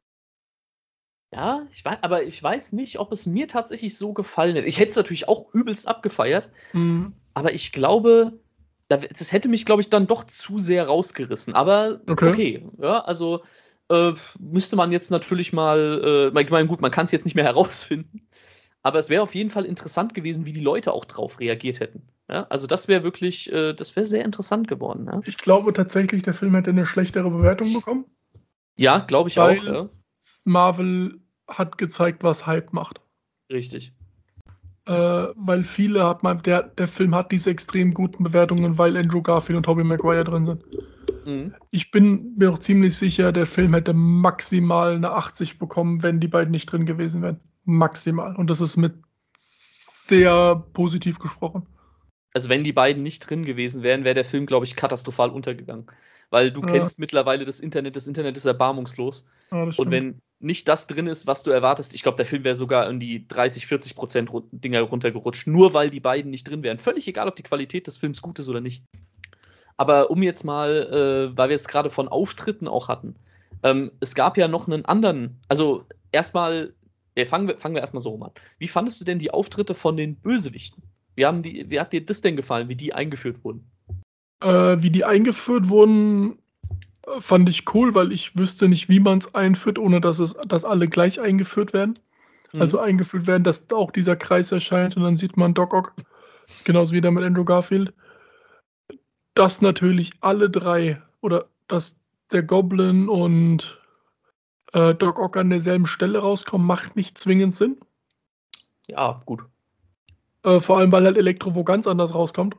B: Ja, ich weiß, aber ich weiß nicht, ob es mir tatsächlich so gefallen hätte. Ich hätte es natürlich auch übelst abgefeiert,
A: Mhm.
B: aber ich glaube, da- das hätte mich, glaube ich, dann doch zu sehr rausgerissen. Aber
A: Okay.
B: okay, ja, also äh, müsste man jetzt natürlich mal, äh, ich meine, gut, man kann es jetzt nicht mehr herausfinden, aber es wäre auf jeden Fall interessant gewesen, wie die Leute auch drauf reagiert hätten. Ja, also das wäre wirklich, äh, das wäre sehr interessant geworden. Ja,
A: Ich glaube tatsächlich, der Film hätte eine schlechtere Bewertung bekommen,
B: ja glaube ich
A: weil
B: auch. Ja.
A: Marvel hat gezeigt, was Hype macht.
B: Richtig.
A: Äh, weil viele hat man, der, der Film hat diese extrem guten Bewertungen, weil Andrew Garfield und Tobey Maguire drin sind.
B: Mhm.
A: Ich bin mir auch ziemlich sicher, der Film hätte maximal eine achtzig bekommen, wenn die beiden nicht drin gewesen wären. Maximal. Und das ist mit sehr positiv gesprochen.
B: Also wenn die beiden nicht drin gewesen wären, wäre der Film, glaube ich, katastrophal untergegangen. Weil du
A: Ja.
B: kennst mittlerweile das Internet, das Internet ist erbarmungslos.
A: Ja, das
B: Und
A: stimmt.
B: wenn nicht das drin ist, was du erwartest, ich glaube, der Film wäre sogar in die dreißig, vierzig Prozent ru- Dinger runtergerutscht, nur weil die beiden nicht drin wären. Völlig egal, ob die Qualität des Films gut ist oder nicht. Aber um jetzt mal, äh, weil wir es gerade von Auftritten auch hatten, ähm, es gab ja noch einen anderen, also erstmal, äh, fangen wir, fangen wir erstmal so rum an. Wie fandest du denn die Auftritte von den Bösewichten? Wie, haben die, wie hat dir das denn gefallen, wie die eingeführt wurden?
A: Äh, wie die eingeführt wurden, äh, fand ich cool, weil ich wüsste nicht, wie man es einführt, ohne dass es, dass alle gleich eingeführt werden.
B: Mhm.
A: Also eingeführt werden, dass auch dieser Kreis erscheint und dann sieht man Doc Ock, genauso wie der mit Andrew Garfield. Dass natürlich alle drei oder dass der Goblin und äh, Doc Ock an derselben Stelle rauskommen, macht nicht zwingend Sinn.
B: Ja, gut.
A: Äh, vor allem, weil halt Elektro wo ganz anders rauskommt.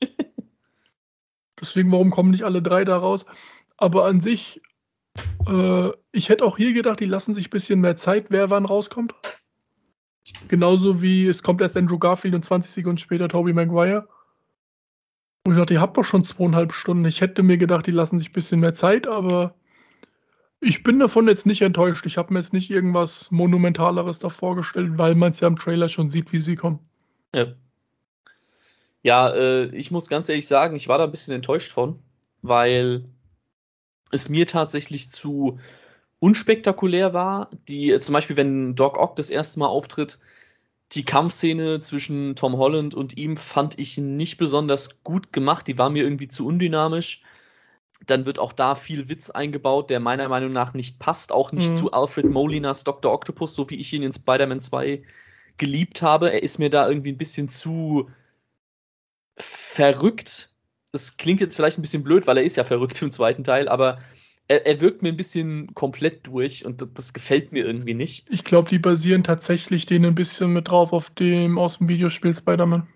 A: Deswegen, warum kommen nicht alle drei da raus? Aber an sich, äh, ich hätte auch hier gedacht, die lassen sich ein bisschen mehr Zeit, wer wann rauskommt. Genauso wie es kommt erst Andrew Garfield und zwanzig Sekunden später Tobey Maguire. Und ich dachte, ihr habt doch schon zweieinhalb Stunden. Ich hätte mir gedacht, die lassen sich ein bisschen mehr Zeit, aber ich bin davon jetzt nicht enttäuscht. Ich habe mir jetzt nicht irgendwas Monumentaleres da vorgestellt, weil man es ja im Trailer schon sieht, wie sie kommen.
B: Ja, ja äh, ich muss ganz ehrlich sagen, ich war da ein bisschen enttäuscht von, weil es mir tatsächlich zu unspektakulär war. Die, zum Beispiel, wenn Doc Ock das erste Mal auftritt, die Kampfszene zwischen Tom Holland und ihm fand ich nicht besonders gut gemacht. Die war mir irgendwie zu undynamisch. Dann wird auch da viel Witz eingebaut, der meiner Meinung nach nicht passt. Auch nicht
A: Mhm.
B: zu Alfred Molinas Doktor Octopus, so wie ich ihn in Spider-Man zwei geliebt habe. Er ist mir da irgendwie ein bisschen zu verrückt. Das klingt jetzt vielleicht ein bisschen blöd, weil er ist ja verrückt im zweiten Teil, aber er, er wirkt mir ein bisschen komplett durch und das, das gefällt mir irgendwie nicht.
A: Ich glaube, die basieren tatsächlich denen ein bisschen mit drauf auf dem aus dem Videospiel Spider-Man.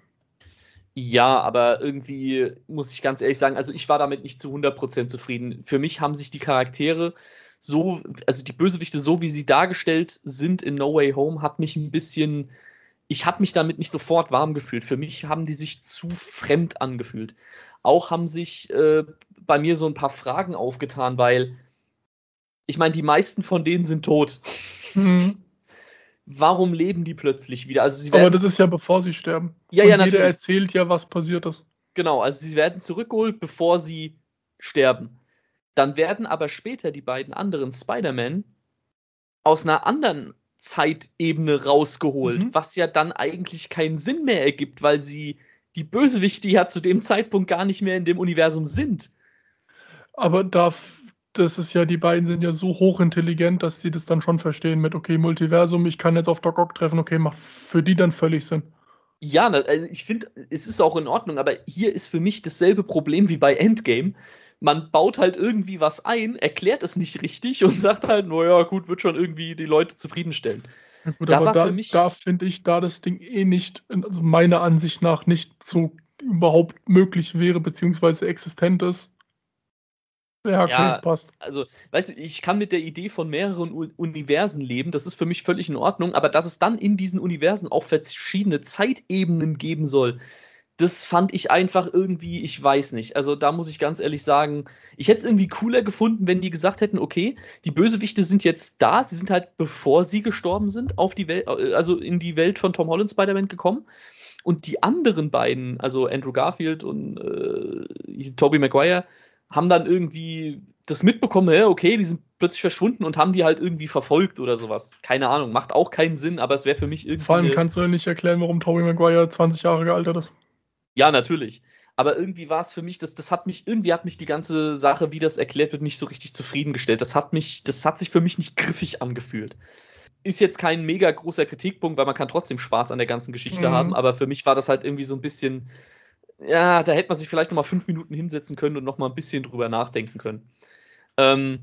B: Ja, aber irgendwie muss ich ganz ehrlich sagen, also ich war damit nicht zu hundert Prozent zufrieden. Für mich haben sich die Charaktere so, also die Bösewichte, so wie sie dargestellt sind in No Way Home, hat mich ein bisschen, ich habe mich damit nicht sofort warm gefühlt. Für mich haben die sich zu fremd angefühlt. Auch haben sich äh, bei mir so ein paar Fragen aufgetan, weil ich meine, die meisten von denen sind tot.
A: Mhm.
B: Warum leben die plötzlich wieder? Also sie
A: Aber
B: werden,
A: das ist ja bevor sie sterben.
B: ja, ja,
A: Und jeder
B: natürlich.
A: erzählt ja, was passiert ist.
B: Genau, also sie werden zurückgeholt, bevor sie sterben. Dann werden aber später die beiden anderen Spider-Man aus einer anderen Zeitebene rausgeholt,
A: Mhm.
B: was ja dann eigentlich keinen Sinn mehr ergibt, weil sie die Bösewichte ja zu dem Zeitpunkt gar nicht mehr in dem Universum sind.
A: Aber da, das ist ja, die beiden sind ja so hochintelligent, dass sie das dann schon verstehen mit, okay, Multiversum, ich kann jetzt auf Doc Ock treffen, okay, macht für die dann völlig Sinn.
B: Ja, also ich finde, es ist auch in Ordnung, aber hier ist für mich dasselbe Problem wie bei Endgame. Man baut halt irgendwie was ein, erklärt es nicht richtig und sagt halt, naja, gut, wird schon irgendwie die Leute zufriedenstellen.
A: Ja gut,
B: Da
A: aber
B: war für
A: da,
B: mich,
A: da finde ich, da das Ding eh nicht, also meiner Ansicht nach nicht so überhaupt möglich wäre, beziehungsweise existent ist. Ja, okay,
B: ja,
A: passt.
B: also, weißt du, ich kann mit der Idee von mehreren U Universen leben, das ist für mich völlig in Ordnung, aber dass es dann in diesen Universen auch verschiedene Zeitebenen geben soll, das fand ich einfach irgendwie, ich weiß nicht. Also da muss ich ganz ehrlich sagen, ich hätte es irgendwie cooler gefunden, wenn die gesagt hätten, okay, die Bösewichte sind jetzt da, sie sind halt, bevor sie gestorben sind, auf die Welt, also in die Welt von Tom Holland Spider-Man gekommen. Und die anderen beiden, also Andrew Garfield und äh, Tobey Maguire, haben dann irgendwie das mitbekommen, ja, okay, die sind plötzlich verschwunden und haben die halt irgendwie verfolgt oder sowas. Keine Ahnung, macht auch keinen Sinn, aber es wäre für mich
A: Vor
B: irgendwie
A: allem
B: eine.
A: kannst du ja nicht erklären, warum Tobey Maguire zwanzig Jahre gealtert ist.
B: Ja, natürlich. Aber irgendwie war es für mich, das, das hat mich, irgendwie hat mich die ganze Sache, wie das erklärt wird, nicht so richtig zufriedengestellt. Das hat mich, das hat sich für mich nicht griffig angefühlt. Ist jetzt kein mega großer Kritikpunkt, weil man kann trotzdem Spaß an der ganzen Geschichte haben,
A: Mhm.
B: aber für mich war das halt irgendwie so ein bisschen, ja, da hätte man sich vielleicht noch mal fünf Minuten hinsetzen können und noch mal ein bisschen drüber nachdenken können. Ähm,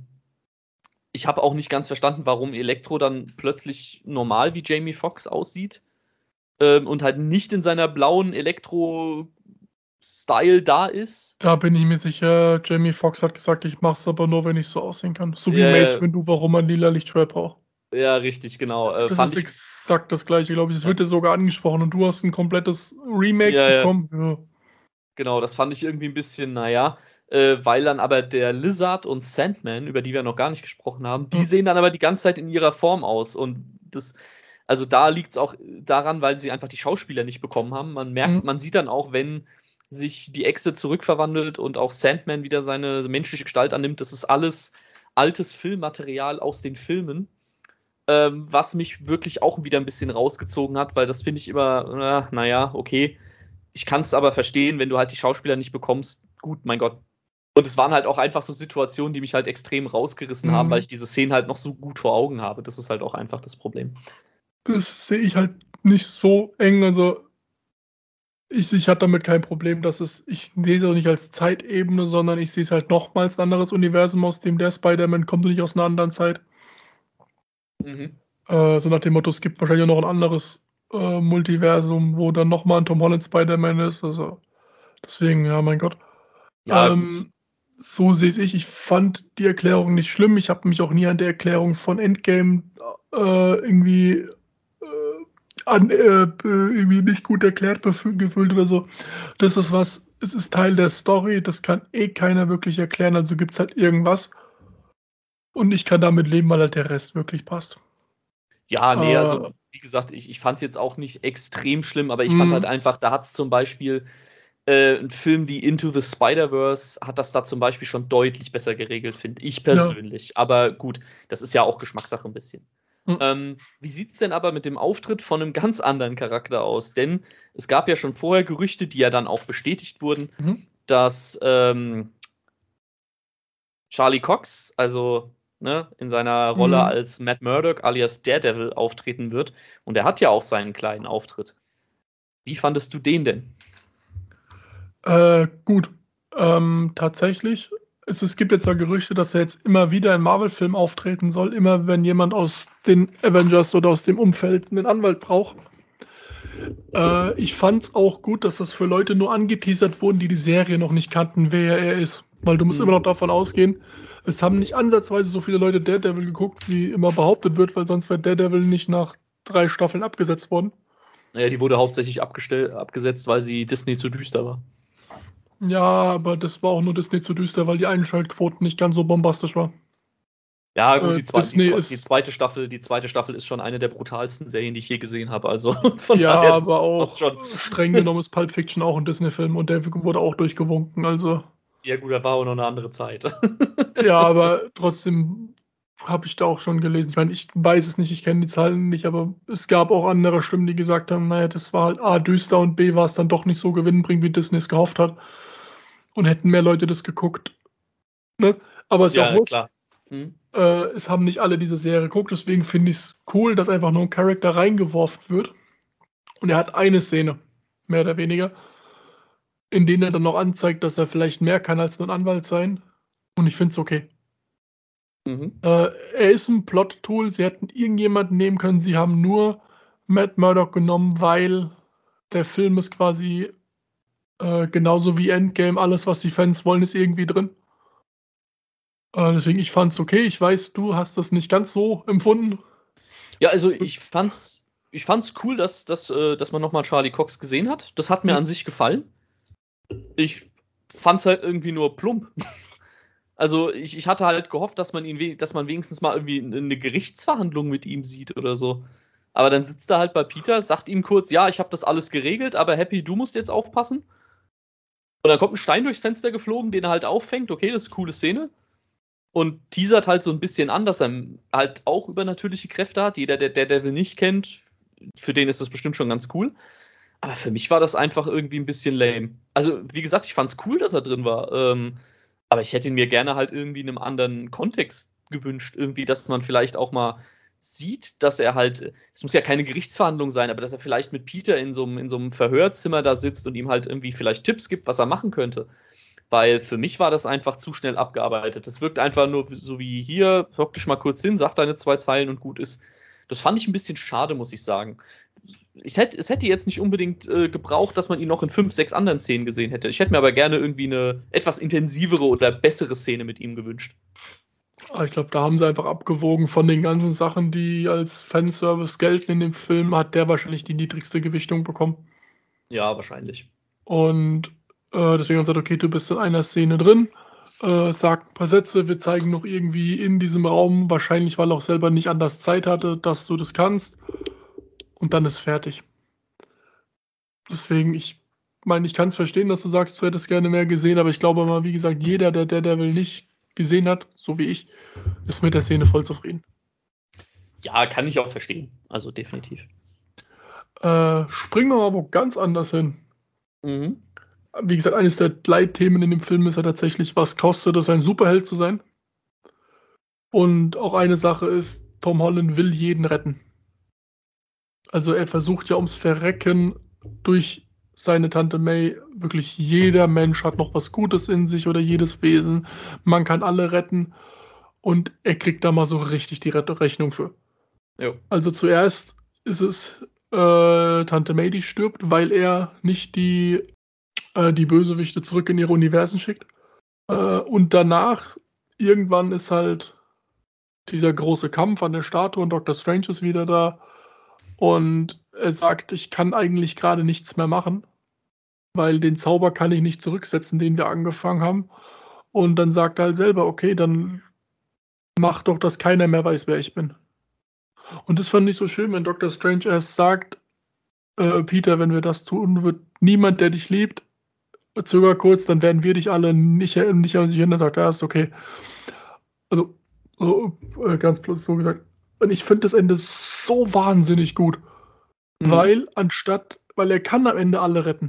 B: ich habe auch nicht ganz verstanden, warum Elektro dann plötzlich normal wie Jamie Foxx aussieht ähm, und halt nicht in seiner blauen Elektro-Style da ist.
A: Da bin ich mir sicher, Jamie Foxx hat gesagt, ich mach's aber nur, wenn ich so aussehen kann. So wie
B: Ja,
A: Mace
B: ja,
A: Windu, warum man lila Lichtschwert braucht.
B: ja, richtig, genau. Äh,
A: Das
B: fand
A: ist
B: ich.
A: exakt das Gleiche, glaube ich. Es
B: Ja,
A: wird ja sogar angesprochen und du hast ein komplettes Remake
B: ja, ja,
A: bekommen. Ja.
B: genau. Das fand ich irgendwie ein bisschen, naja. Äh, weil dann aber der Lizard und Sandman, über die wir noch gar nicht gesprochen haben, die
A: Hm.
B: sehen dann aber die ganze Zeit in ihrer Form aus. Und das, also da liegt es auch daran, weil sie einfach die Schauspieler nicht bekommen haben. Man merkt,
A: Hm.
B: man sieht dann auch, wenn sich die Echse zurückverwandelt und auch Sandman wieder seine menschliche Gestalt annimmt, das ist alles altes Filmmaterial aus den Filmen. Ähm, was mich wirklich auch wieder ein bisschen rausgezogen hat, weil das finde ich immer, äh, naja, okay. Ich kann es aber verstehen, wenn du halt die Schauspieler nicht bekommst. Gut, mein Gott. Und es waren halt auch einfach so Situationen, die mich halt extrem rausgerissen haben, weil
A: Hm.
B: ich diese Szenen halt noch so gut vor Augen habe. Das ist halt auch einfach das Problem.
A: Das sehe ich halt nicht so eng. Also ich, ich hatte damit kein Problem, dass es, ich sehe es auch nicht als Zeitebene, sondern ich sehe es halt nochmals ein anderes Universum, aus dem der Spider-Man kommt und nicht aus einer anderen Zeit.
B: Mhm.
A: Äh, so nach dem Motto, es gibt wahrscheinlich auch noch ein anderes äh, Multiversum, wo dann nochmal ein Tom Holland Spider-Man ist. Also deswegen, ja, mein Gott.
B: Ja, gut.
A: Ähm, so sehe ich. Ich fand die Erklärung nicht schlimm. Ich habe mich auch nie an der Erklärung von Endgame äh, irgendwie, äh, an, äh, irgendwie nicht gut erklärt befü- gefühlt oder so. Das ist was, es ist Teil der Story, das kann eh keiner wirklich erklären, also gibt's halt irgendwas und ich kann damit leben, weil halt der Rest wirklich passt.
B: Ja, ne, also,
A: Äh,
B: wie gesagt, ich ich fand's jetzt auch nicht extrem schlimm, aber ich fand halt
A: mhm,
B: einfach, da hat's zum Beispiel äh, 'n Film wie Into the Spider-Verse hat das da zum Beispiel schon deutlich besser geregelt, finde ich
A: ja,
B: persönlich. Aber gut, das ist ja auch Geschmackssache 'n bisschen.
A: hm,
B: Ähm, wie sieht's denn aber mit dem Auftritt von 'nem ganz anderen Charakter aus? Denn es gab ja schon vorher Gerüchte, die ja dann auch bestätigt wurden,
A: mhm,
B: dass, ähm, Charlie Cox, also, ne, in seiner Rolle
A: mhm.
B: als Matt Murdock alias Daredevil auftreten wird. Und er hat ja auch seinen kleinen Auftritt. Wie fandest du den denn?
A: Äh, gut, ähm, tatsächlich, es es gibt jetzt ja Gerüchte, dass er jetzt immer wieder in Marvel-Filmen auftreten soll, immer wenn jemand aus den Avengers oder aus dem Umfeld 'nen Anwalt braucht. Äh, ich fand's auch gut, dass das für Leute nur angeteasert wurden, die die Serie noch nicht kannten, wer er ist. Weil du musst immer
B: Mhm.
A: noch davon ausgehen, es haben nicht ansatzweise so viele Leute Daredevil geguckt, wie immer behauptet wird, weil sonst wäre Daredevil nicht nach drei Staffeln abgesetzt worden.
B: Na ja, die wurde hauptsächlich abgestell abgesetzt, weil sie Disney zu düster war.
A: Ja, aber das war auch nur Disney zu düster, weil die Einschaltquoten nicht ganz so bombastisch war.
B: Ja, gut,
A: Äh,
B: die zwei die
A: Disney
B: zwei die
A: ist
B: zweite Staffel die zweite Staffel ist schon eine der brutalsten Serien, die ich je gesehen habe. Also, von
A: ja,
B: daher, das
A: aber
B: passt
A: auch
B: schon.
A: äh, streng genommen ist Pulp Fiction auch 'n Disney-Film und der w wurde auch durchgewunken, also
B: Ja gut, da war auch noch 'ne andere Zeit.
A: ja, aber trotzdem habe ich da auch schon gelesen. Ich meine, ich weiß es nicht, ich kenne die Zahlen nicht, aber es gab auch andere Stimmen, die gesagt haben, na ja, das war halt A düster und B war's dann doch nicht so gewinnbringend, wie Disney es gehofft hat und hätten mehr Leute das geguckt, ne? Aber ist ja auch
B: Ja,
A: wurscht.
B: klar. Mhm.
A: Äh, es haben nicht alle diese Serie geguckt, deswegen finde ich's cool, dass einfach nur 'n Charakter reingeworfen wird und er hat eine Szene, mehr oder weniger, in denen er dann noch anzeigt, dass er vielleicht mehr kann als nur 'n Anwalt sein und ich finde es okay.
B: Mhm.
A: Äh, er ist 'n Plot-Tool. Sie hätten irgendjemanden nehmen können. Sie haben nur Matt Murdock genommen, weil der Film ist quasi, äh, genauso wie Endgame. Alles, was die Fans wollen, ist irgendwie drin. Äh, deswegen, ich fand's okay. Ich weiß, du hast das nicht ganz so empfunden.
B: Ja, also, ich fand's ich fand's cool, dass dass, äh dass man noch mal Charlie Cox gesehen hat. Das hat mir
A: Hm,
B: an sich gefallen. Ich fand's halt irgendwie nur plump. Also, ich ich hatte halt gehofft, dass man ihn we dass man wenigstens mal irgendwie 'n 'ne Gerichtsverhandlung mit ihm sieht oder so. Aber dann sitzt er halt bei Peter, sagt ihm kurz: „Ja, ich habe das alles geregelt, aber Happy, du musst jetzt aufpassen.“ Und dann kommt 'n Stein durchs Fenster geflogen, den er halt auffängt. Okay, das ist coole Szene. Und teasert halt so 'n bisschen an, dass er, hm, halt auch übernatürliche Kräfte hat. Jeder, der Daredevil nicht kennt, für den ist das bestimmt schon ganz cool. Aber für mich war das einfach irgendwie 'n bisschen lame. Also, wie gesagt, ich fand's cool, dass er drin war, ähm, aber ich hätte ihn mir gerne halt irgendwie in 'nem anderen Kontext gewünscht. Irgendwie, dass man vielleicht auch mal sieht, dass er halt es muss ja keine Gerichtsverhandlung sein, aber dass er vielleicht mit Peter in so 'm in so 'm Verhörzimmer da sitzt und ihm halt irgendwie vielleicht Tipps gibt, was er machen könnte. Weil für mich war das einfach zu schnell abgearbeitet. Das wirkt einfach nur w so wie: „Hier, hock dich mal kurz hin, sag deine zwei Zeilen und gut ist.“ Das fand ich 'n bisschen schade, muss ich sagen. Ich hätte es hätte jetzt nicht unbedingt, äh, gebraucht, dass man ihn noch in fünf, sechs anderen Szenen gesehen hätte. Ich hätte mir aber gerne irgendwie 'ne etwas intensivere oder bessere Szene mit ihm gewünscht.
A: ah, ich glaube, da haben sie einfach abgewogen von den ganzen Sachen, die als Fanservice gelten in dem Film, hat der wahrscheinlich die niedrigste Gewichtung bekommen.
B: Ja, wahrscheinlich.
A: Und, äh, deswegen haben sie gesagt: „Okay, du bist in einer Szene drin, äh, sag 'n paar Sätze, wir zeigen noch irgendwie in diesem Raum“, wahrscheinlich, weil er auch selber nicht anders Zeit hatte, dass du das kannst und dann ist fertig. Deswegen, ich meine, ich kann's verstehen, dass du sagst, du hättest gerne mehr gesehen, aber ich glaube mal, wie gesagt, jeder, der Daredevil nicht gesehen hat, so wie ich, ist mit der Szene voll zufrieden.
B: Ja, kann ich auch verstehen. Also, definitiv.
A: Äh, springen wir mal wo ganz anders hin.
B: Mhm.
A: Wie gesagt, eines der Leitthemen in dem Film ist ja tatsächlich: Was kostet es, ein Superheld zu sein? Und auch eine Sache ist, Tom Holland will jeden retten. Also, er versucht ja ums Verrecken durch seine Tante May wirklich jeder Mensch hat noch was Gutes in sich oder jedes Wesen. Man kann alle retten und er kriegt da mal so richtig die Rette Rechnung für.
B: Jo.
A: Also zuerst ist es äh, Tante May, die stirbt, weil er nicht die, äh, die Bösewichte zurück in ihre Universen schickt. Äh, und danach, irgendwann ist halt dieser große Kampf an der Statue und Doktor Strange ist wieder da. Und er sagt, ich kann eigentlich gerade nichts mehr machen, weil den Zauber kann ich nicht zurücksetzen, den wir angefangen haben. Und dann sagt er halt selber, okay, dann mach doch, dass keiner mehr weiß, wer ich bin. Und das fand ich so schön, wenn Doktor Strange erst sagt, äh, Peter, wenn wir das tun, wird niemand, der dich liebt, zöger kurz, dann werden wir dich alle nicht, nicht an sich erinnern. Sagt er, ja, ist okay. Also, so, äh, ganz bloß so gesagt. Und ich finde das Ende so wahnsinnig gut.
B: Mhm.
A: Weil anstatt, weil er kann am Ende alle retten.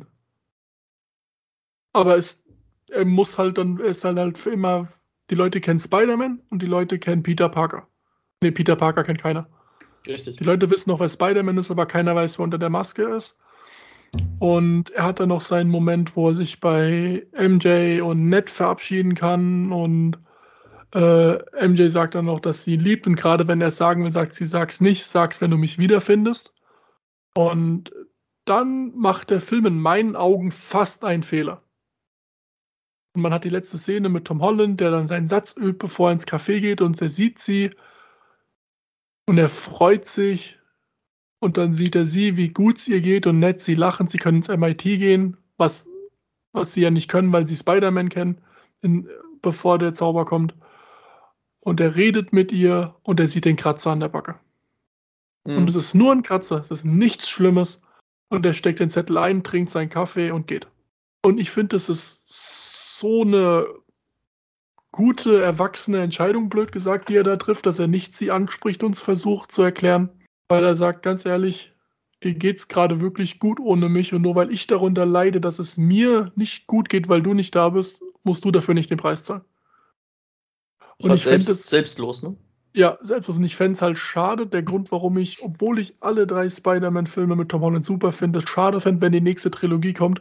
A: Aber es, er muss halt dann, er ist halt, halt für immer, die Leute kennen Spider-Man und die Leute kennen Peter Parker. Ne, Peter Parker kennt keiner.
B: Richtig.
A: Die Leute wissen noch, wer Spider-Man ist, aber keiner weiß, wer unter der Maske ist. Und er hat dann noch seinen Moment, wo er sich bei M J und Ned verabschieden kann. Und äh, M J sagt dann noch, dass sie ihn liebt. Und gerade wenn er es sagen will, sagt sie, sag's nicht, sag's, wenn du mich wiederfindest. Und dann macht der Film in meinen Augen fast einen Fehler. Und man hat die letzte Szene mit Tom Holland, der dann seinen Satz übt, bevor er ins Café geht und er sieht sie. Und er freut sich. Und dann sieht er sie, wie gut es ihr geht und nett, sie lachen, sie können ins M I T gehen, was, was sie ja nicht können, weil sie Spider-Man kennen, in, bevor der Zauber kommt. Und er redet mit ihr und er sieht den Kratzer an der Backe.
B: Mhm.
A: Und es ist nur ein Kratzer, es ist nichts Schlimmes. Und er steckt den Zettel ein, trinkt seinen Kaffee und geht. Und ich finde, das ist so eine gute, erwachsene Entscheidung, blöd gesagt, die er da trifft, dass er nicht sie anspricht und es versucht zu erklären. Weil er sagt, ganz ehrlich, dir geht's gerade wirklich gut ohne mich und nur weil ich darunter leide, dass es mir nicht gut geht, weil du nicht da bist, musst du dafür nicht den Preis zahlen.
B: Ist
A: Und
B: halt
A: ich fände
B: selbst,
A: es,
B: selbstlos, ne?
A: ja, selbst und ich fände es halt schade, der Grund, warum ich, obwohl ich alle drei Spider-Man-Filme mit Tom Holland super finde, es schade fände, wenn die nächste Trilogie kommt,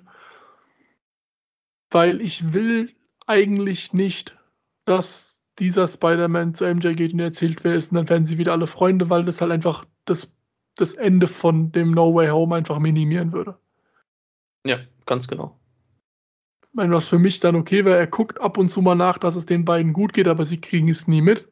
A: weil ich will eigentlich nicht, dass dieser Spider-Man zu M J geht und erzählt, wer ist, und dann werden sie wieder alle Freunde, weil das halt einfach das, das Ende von dem No Way Home einfach minimieren würde.
B: Ja, ganz genau.
A: Ich meine, was für mich dann okay wäre, er guckt ab und zu mal nach, dass es den beiden gut geht, aber sie kriegen es nie mit.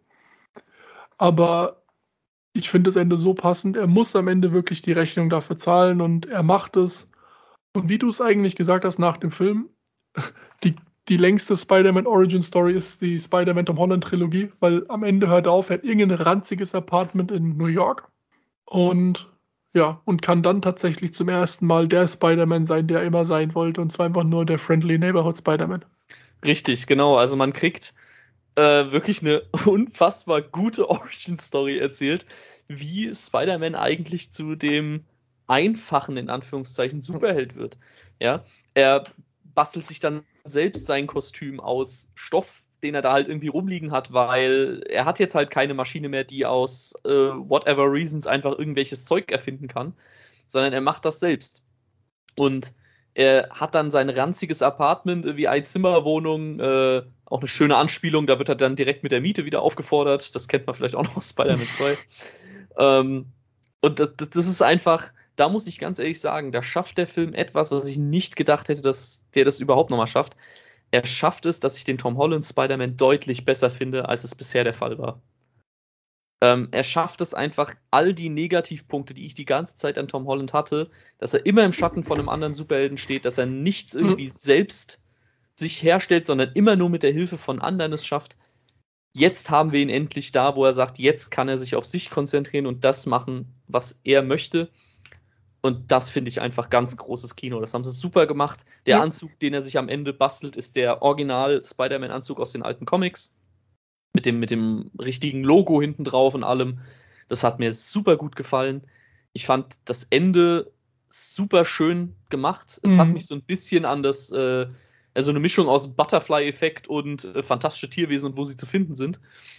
A: Aber ich finde das Ende so passend, er muss am Ende wirklich die Rechnung dafür zahlen und er macht es. Und wie du es eigentlich gesagt hast nach dem Film, die, die längste Spider-Man Origin Story ist die Spider-Man Tom Holland Trilogie, weil am Ende hört er auf, er hat irgendein ranziges Apartment in New York und ja, und kann dann tatsächlich zum ersten Mal der Spider-Man sein, der er immer sein wollte, und zwar einfach nur der Friendly Neighborhood Spider-Man.
B: Richtig, genau. Also man kriegt äh, wirklich eine unfassbar gute Origin-Story erzählt, wie Spider-Man eigentlich zu dem einfachen, in Anführungszeichen, Superheld wird. Ja, er bastelt sich dann selbst sein Kostüm aus Stoff, den er da halt irgendwie rumliegen hat, weil er hat jetzt halt keine Maschine mehr, die aus äh, whatever reasons einfach irgendwelches Zeug erfinden kann, sondern er macht das selbst. Und er hat dann sein ranziges Apartment, wie Einzimmerwohnung, äh, auch eine schöne Anspielung, da wird er dann direkt mit der Miete wieder aufgefordert. Das kennt man vielleicht auch noch aus Spider-Man zwei. ähm, und das, das ist einfach, da muss ich ganz ehrlich sagen, da schafft der Film etwas, was ich nicht gedacht hätte, dass der das überhaupt nochmal schafft. Er schafft es, dass ich den Tom Holland Spider-Man deutlich besser finde, als es bisher der Fall war. Ähm, er schafft es einfach, all die Negativpunkte, die ich die ganze Zeit an Tom Holland hatte, dass er immer im Schatten von einem anderen Superhelden steht, dass er nichts irgendwie selbst sich herstellt, sondern immer nur mit der Hilfe von anderen es schafft. Jetzt haben wir ihn endlich da, wo er sagt, jetzt kann er sich auf sich konzentrieren und das machen, was er möchte. Und das finde ich einfach ganz großes Kino. Das haben sie super gemacht. Der
A: Ja.
B: Anzug, den er sich am Ende bastelt, ist der Original-Spider-Man-Anzug aus den alten Comics. Mit dem, mit dem richtigen Logo hinten drauf und allem. Das hat mir super gut gefallen. Ich fand das Ende super schön gemacht. Es
A: Mhm.
B: hat mich so ein bisschen an das, äh, also eine Mischung aus Butterfly-Effekt und äh, fantastische Tierwesen und wo sie zu finden sind.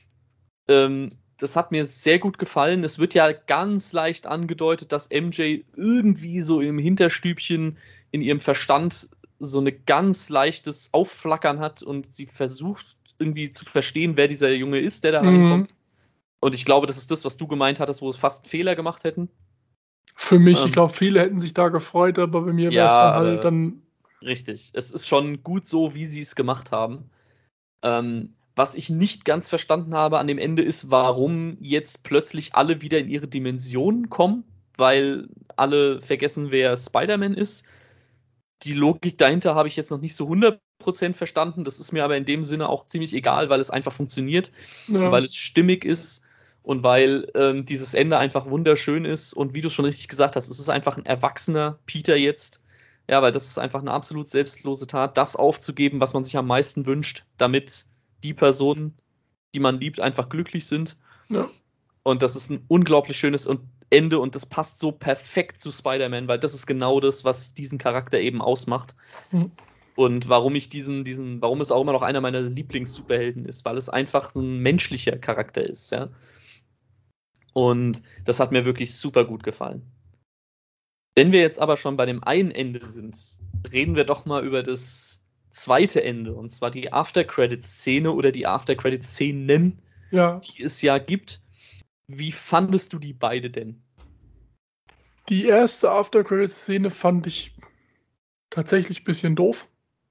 B: Ähm, das hat mir sehr gut gefallen. Es wird ja ganz leicht angedeutet, dass M J irgendwie so im Hinterstübchen in ihrem Verstand so ein ganz leichtes Aufflackern hat und sie versucht irgendwie zu verstehen, wer dieser Junge ist, der da
A: Mhm.
B: reinkommt. Und ich glaube, das ist das, was du gemeint hattest, wo es fast einen Fehler gemacht hätten.
A: Für mich,
B: Ähm,
A: ich glaube, viele hätten sich da gefreut, aber bei mir wäre es
B: Ja,
A: dann halt
B: aber
A: dann.
B: richtig. Es ist schon gut so, wie sie es gemacht haben. Ähm, was ich nicht ganz verstanden habe an dem Ende ist, warum jetzt plötzlich alle wieder in ihre Dimensionen kommen, weil alle vergessen, wer Spider-Man ist. Die Logik dahinter habe ich jetzt noch nicht so hundert Prozent verstanden. Das ist mir aber in dem Sinne auch ziemlich egal, weil es einfach funktioniert und
A: Ja,
B: weil es stimmig ist und weil ähm, dieses Ende einfach wunderschön ist. Und wie du schon richtig gesagt hast, es ist einfach ein erwachsener Peter jetzt. Ja, weil das ist einfach eine absolut selbstlose Tat, das aufzugeben, was man sich am meisten wünscht, damit die Personen, die man liebt, einfach glücklich sind.
A: ja.
B: Und das ist ein unglaublich schönes Ende und das passt so perfekt zu Spider-Man, weil das ist genau das, was diesen Charakter eben ausmacht.
A: Hm.
B: Und warum ich diesen, diesen, warum es auch immer noch einer meiner Lieblings-Superhelden ist, weil es einfach so ein menschlicher Charakter ist, ja. Und das hat mir wirklich super gut gefallen. Wenn wir jetzt aber schon bei dem einen Ende sind, reden wir doch mal über das zweite Ende, und zwar die After-Credit-Szene oder die After-Credit-Szenen,
A: Ja,
B: die es ja gibt. Wie fandest du die beide denn?
A: die erste After-Credits-Szene fand ich tatsächlich ein bisschen doof.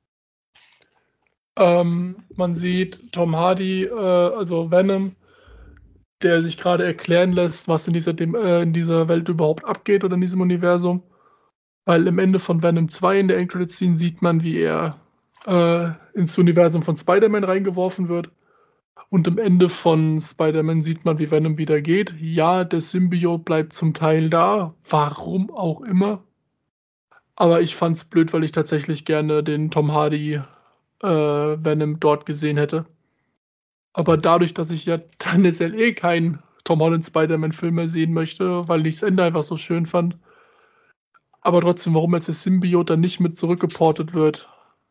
A: Ähm, man sieht Tom Hardy, äh, also Venom, der sich gerade erklären lässt, was in dieser, dem, äh, in dieser Welt überhaupt abgeht oder in diesem Universum. Weil im Ende von Venom zwei in der Endcredit-Scene sieht man, wie er äh, ins Universum von Spider-Man reingeworfen wird. Und am Ende von Spider-Man sieht man, wie Venom wieder geht. Ja, der Symbiote bleibt zum Teil da, warum auch immer. Aber ich fand's blöd, weil ich tatsächlich gerne den Tom Hardy äh, Venom dort gesehen hätte. Aber dadurch, dass ich ja tendenziell eh keinen Tom Holland Spider-Man-Film mehr sehen möchte, weil ich das Ende einfach so schön fand. Aber trotzdem, warum jetzt der Symbiote dann nicht mit zurückgeportet wird.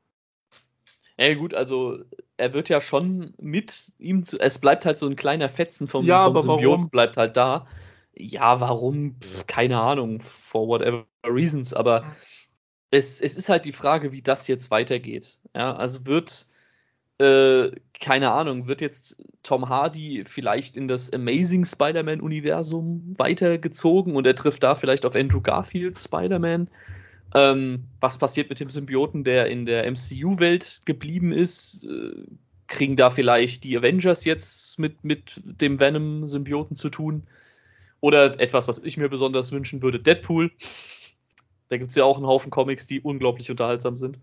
B: Ja, gut, also er wird ja schon mit ihm, zu, es bleibt halt so ein kleiner Fetzen vom,
A: Ja,
B: vom
A: aber
B: Symbioten,
A: warum?
B: bleibt halt da. Ja, warum? Pff, keine Ahnung, for whatever reasons, aber es, es ist halt die Frage, wie das jetzt weitergeht. Ja, also wird, äh, keine Ahnung, wird jetzt Tom Hardy vielleicht in das Amazing Spider-Man-Universum weitergezogen und er trifft da vielleicht auf Andrew Garfield Spider-Man? Ähm, was passiert mit dem Symbioten, der in der M C U-Welt geblieben ist? Äh, kriegen da vielleicht die Avengers jetzt mit, mit dem Venom-Symbioten zu tun? Oder etwas, was ich mir besonders wünschen würde, Deadpool. Da gibt es ja auch einen Haufen Comics, die unglaublich unterhaltsam sind.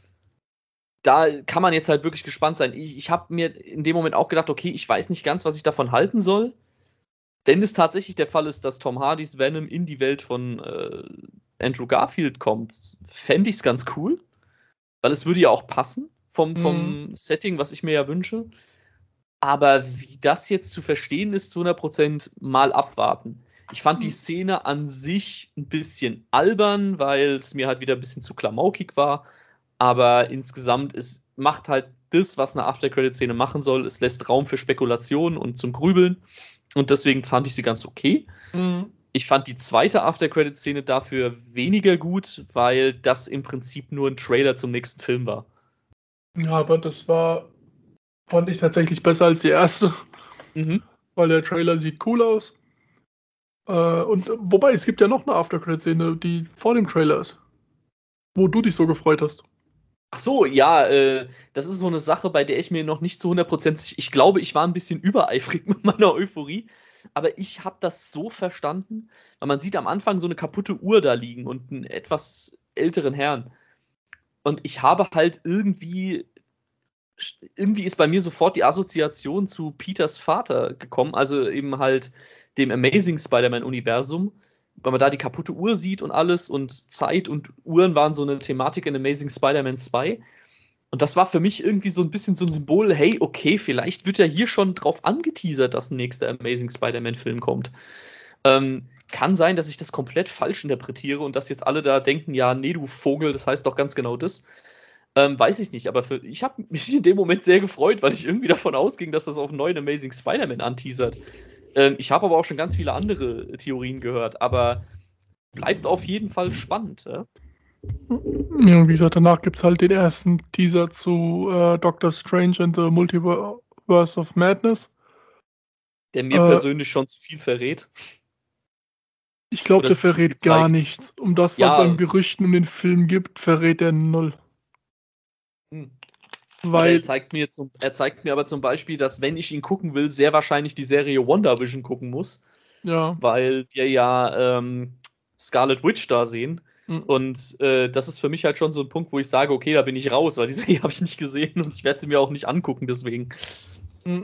B: Da kann man jetzt halt wirklich gespannt sein. Ich, ich habe mir in dem Moment auch gedacht, okay, ich weiß nicht ganz, was ich davon halten soll. Wenn es tatsächlich der Fall ist, dass Tom Hardys Venom in die Welt von äh, Andrew Garfield kommt, fände ich es ganz cool. Weil es würde ja auch passen vom,
A: Mhm.
B: vom Setting, was ich mir ja wünsche. Aber wie das jetzt zu verstehen ist, zu hundert Prozent mal abwarten. Ich fand die Szene an sich ein bisschen albern, weil es mir halt wieder ein bisschen zu klamaukig war. Aber insgesamt, es macht halt das, was eine After-Credit-Szene machen soll. Es lässt Raum für Spekulationen und zum Grübeln. Und deswegen fand ich sie ganz okay.
A: Mhm.
B: Ich fand die zweite After-Credit-Szene dafür weniger gut, weil das im Prinzip nur ein Trailer zum nächsten Film war.
A: Ja, aber das war, fand ich tatsächlich besser als die erste,
B: Mhm.
A: weil der Trailer sieht cool aus. Äh, und wobei, es gibt ja noch eine After-Credit-Szene, die vor dem Trailer ist, wo du dich so gefreut hast.
B: Ach so, ja, äh, das ist so eine Sache, bei der ich mir noch nicht zu hundert Prozent sicher, ich glaube, ich war ein bisschen übereifrig mit meiner Euphorie, aber ich habe das so verstanden, weil man sieht am Anfang so eine kaputte Uhr da liegen und einen etwas älteren Herrn. Und ich habe halt irgendwie, irgendwie ist bei mir sofort die Assoziation zu Peters Vater gekommen, also eben halt dem Amazing Spider-Man-Universum, weil man da die kaputte Uhr sieht und alles und Zeit und Uhren waren so eine Thematik in Amazing Spider-Man zwei. Und das war für mich irgendwie so ein bisschen so ein Symbol, hey, okay, vielleicht wird ja hier schon drauf angeteasert, dass ein nächster Amazing Spider-Man-Film kommt. Ähm, kann sein, dass ich das komplett falsch interpretiere und dass jetzt alle da denken, ja, nee, du Vogel, das heißt doch ganz genau das. Ähm, weiß ich nicht, aber für, ich habe mich in dem Moment sehr gefreut, weil ich irgendwie davon ausging, dass das auf einen neuen Amazing Spider-Man anteasert. Ähm, ich habe aber auch schon ganz viele andere Theorien gehört, aber bleibt auf jeden Fall spannend. Ja?
A: Ja, und wie gesagt, danach gibt es halt den ersten Teaser zu äh, Doctor Strange and the Multiverse of Madness.
B: der mir
A: Äh,
B: persönlich schon zu viel verrät.
A: Ich glaube,
B: Oder
A: der
B: zu viel
A: verrät gar
B: zeigt.
A: nichts. Um das, was es an
B: Ja,
A: Gerüchten um den Film gibt, verrät er null.
B: hm. aber er
A: Weil,
B: zeigt mir zum, er zeigt mir aber zum Beispiel, dass wenn ich ihn gucken will, sehr wahrscheinlich die Serie WandaVision gucken muss,
A: ja,
B: weil wir ja ähm, Scarlet Witch da sehen.
A: mm,
B: Und äh, das ist für mich halt schon so ein Punkt, wo ich sage, okay, da bin ich raus, weil die Serie habe ich nicht gesehen und ich werde sie mir auch nicht angucken, deswegen.
A: mm.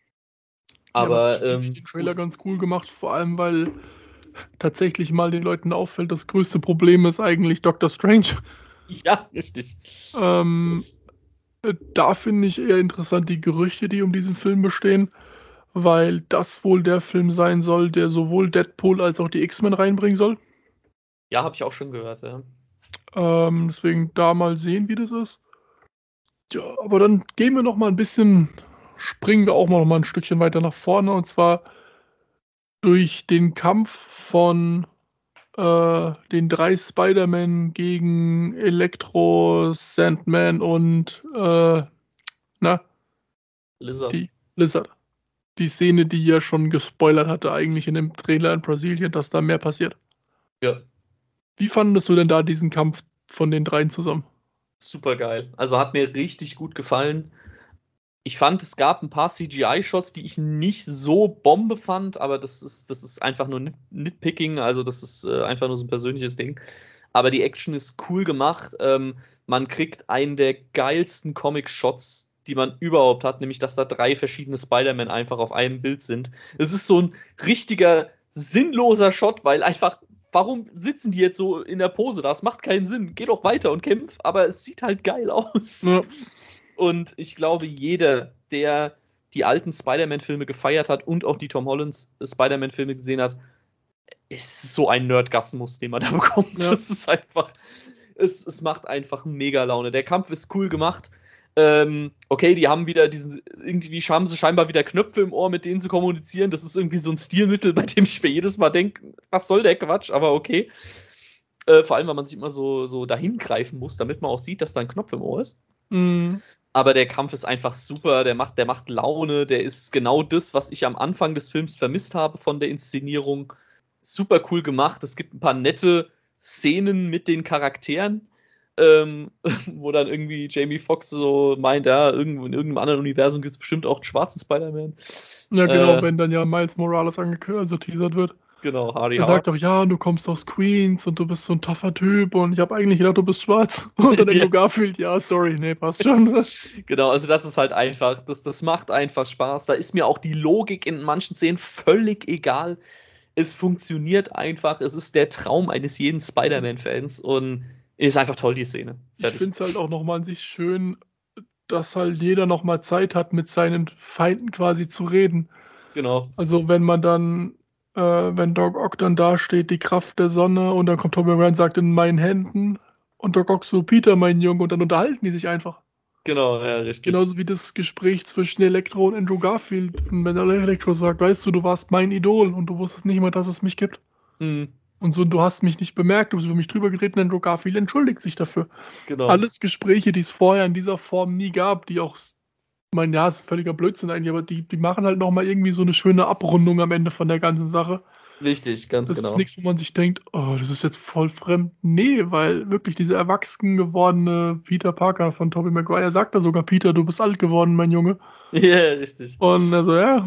A: Ja, aber
B: Aber
A: dafür finde ich
B: ähm,
A: den Trailer
B: gut.
A: ganz cool gemacht, vor allem, weil tatsächlich mal den Leuten auffällt, das größte Problem ist eigentlich Doctor Strange.
B: Ja, richtig.
A: Ähm, äh, Da finde ich eher interessant die Gerüchte, die um diesen Film bestehen, weil das wohl der Film sein soll, der sowohl Deadpool als auch die X-Men reinbringen soll.
B: Ja, habe ich auch schon gehört, ja.
A: Ähm, deswegen da mal sehen, wie das ist. Ja, aber dann gehen wir noch mal ein bisschen, springen wir auch mal noch mal ein Stückchen weiter nach vorne, und zwar durch den Kampf von äh, den drei Spider-Man gegen Electro, Sandman und äh, na,
B: Lizard.
A: die Lizard. Die Szene, die ja schon gespoilert hatte, eigentlich in dem Trailer in Brasilien, dass da mehr passiert.
B: Ja,
A: Wie fandest du denn da diesen Kampf von den dreien zusammen?
B: super geil. Also hat mir richtig gut gefallen. Ich fand, es gab ein paar C G I-Shots, die ich nicht so Bombe fand, aber das ist, das ist einfach nur Nit Nitpicking, also das ist äh, einfach nur so ein persönliches Ding. Aber die Action ist cool gemacht. Ähm, man kriegt einen der geilsten Comic-Shots, die man überhaupt hat, nämlich dass da drei verschiedene Spider-Man einfach auf einem Bild sind. Es ist so ein richtiger sinnloser Shot, weil einfach, warum sitzen die jetzt so in der Pose? Das macht keinen Sinn. Geh doch weiter und kämpf, aber es sieht halt geil aus.
A: Ja,
B: Und ich glaube, jeder, der die alten Spider-Man-Filme gefeiert hat und auch die Tom Hollands Spider-Man-Filme gesehen hat, ist so ein Nerdgasmus, den man da bekommt.
A: ja.
B: Das ist einfach, es, es macht einfach mega Laune. Der Kampf ist cool gemacht. Ähm, okay, die haben wieder diesen, irgendwie haben sie scheinbar wieder Knöpfe im Ohr, mit denen zu kommunizieren. Das ist irgendwie so ein Stilmittel, bei dem ich mir jedes Mal denke, was soll der Quatsch, aber okay. Äh, vor allem, weil man sich immer so, so dahin greifen muss, damit man auch sieht, dass da ein Knopf im Ohr ist.
A: Mhm.
B: Aber der Kampf ist einfach super, der macht, der macht Laune, der ist genau das, was ich am Anfang des Films vermisst habe von der Inszenierung. Super cool gemacht. Es gibt ein paar nette Szenen mit den Charakteren, ähm, wo dann irgendwie Jamie Foxx so meint, ja, irgendwo in irgendeinem anderen Universum gibt es bestimmt auch einen schwarzen Spider-Man.
A: Ja, genau,
B: Äh,
A: wenn dann ja Miles Morales angekündigt, also teasert wird.
B: genau, Hardy
A: Er
B: Hart.
A: sagt auch, ja, du kommst aus Queens und du bist so ein tougher Typ und ich habe eigentlich gedacht, du bist schwarz. Und dann
B: Ja.
A: Andrew Garfield, ja, sorry, nee, passt schon.
B: Genau, also das ist halt einfach, das, das macht einfach Spaß. Da ist mir auch die Logik in manchen Szenen völlig egal. Es funktioniert einfach. Es ist der Traum eines jeden Spider-Man-Fans und ist einfach toll, die Szene.
A: Ich
B: Fertig.
A: finde es halt auch nochmal an sich schön, dass halt jeder nochmal Zeit hat, mit seinen Feinden quasi zu reden.
B: Genau.
A: Also wenn man dann, äh, wenn Doc Ock dann da steht, die Kraft der Sonne, und dann kommt Tobey Maguire und sagt, in meinen Händen, und Doc Ock so, Peter, mein Junge, und dann unterhalten die sich einfach.
B: Genau, ja, richtig.
A: Genauso wie das Gespräch zwischen Elektro und Andrew Garfield. Und wenn Elektro sagt, weißt du, du warst mein Idol und du wusstest nicht mal, dass es mich gibt.
B: Mhm,
A: Und so, du hast mich nicht bemerkt, du bist über mich drüber getreten, Andrew Garfield entschuldigt sich dafür.
B: genau.
A: Alles Gespräche, die es vorher in dieser Form nie gab, die auch, ich meine, ja, ist völliger Blödsinn eigentlich, aber die, die machen halt nochmal irgendwie so eine schöne Abrundung am Ende von der ganzen Sache.
B: Richtig, ganz
A: Das ist
B: genau.
A: nichts, wo man sich denkt, oh, das ist jetzt voll fremd. Nee, weil wirklich dieser erwachsen gewordene Peter Parker von Tobey Maguire sagt da sogar, Peter, du bist alt geworden, mein Junge.
B: Ja, richtig.
A: Und also, ja,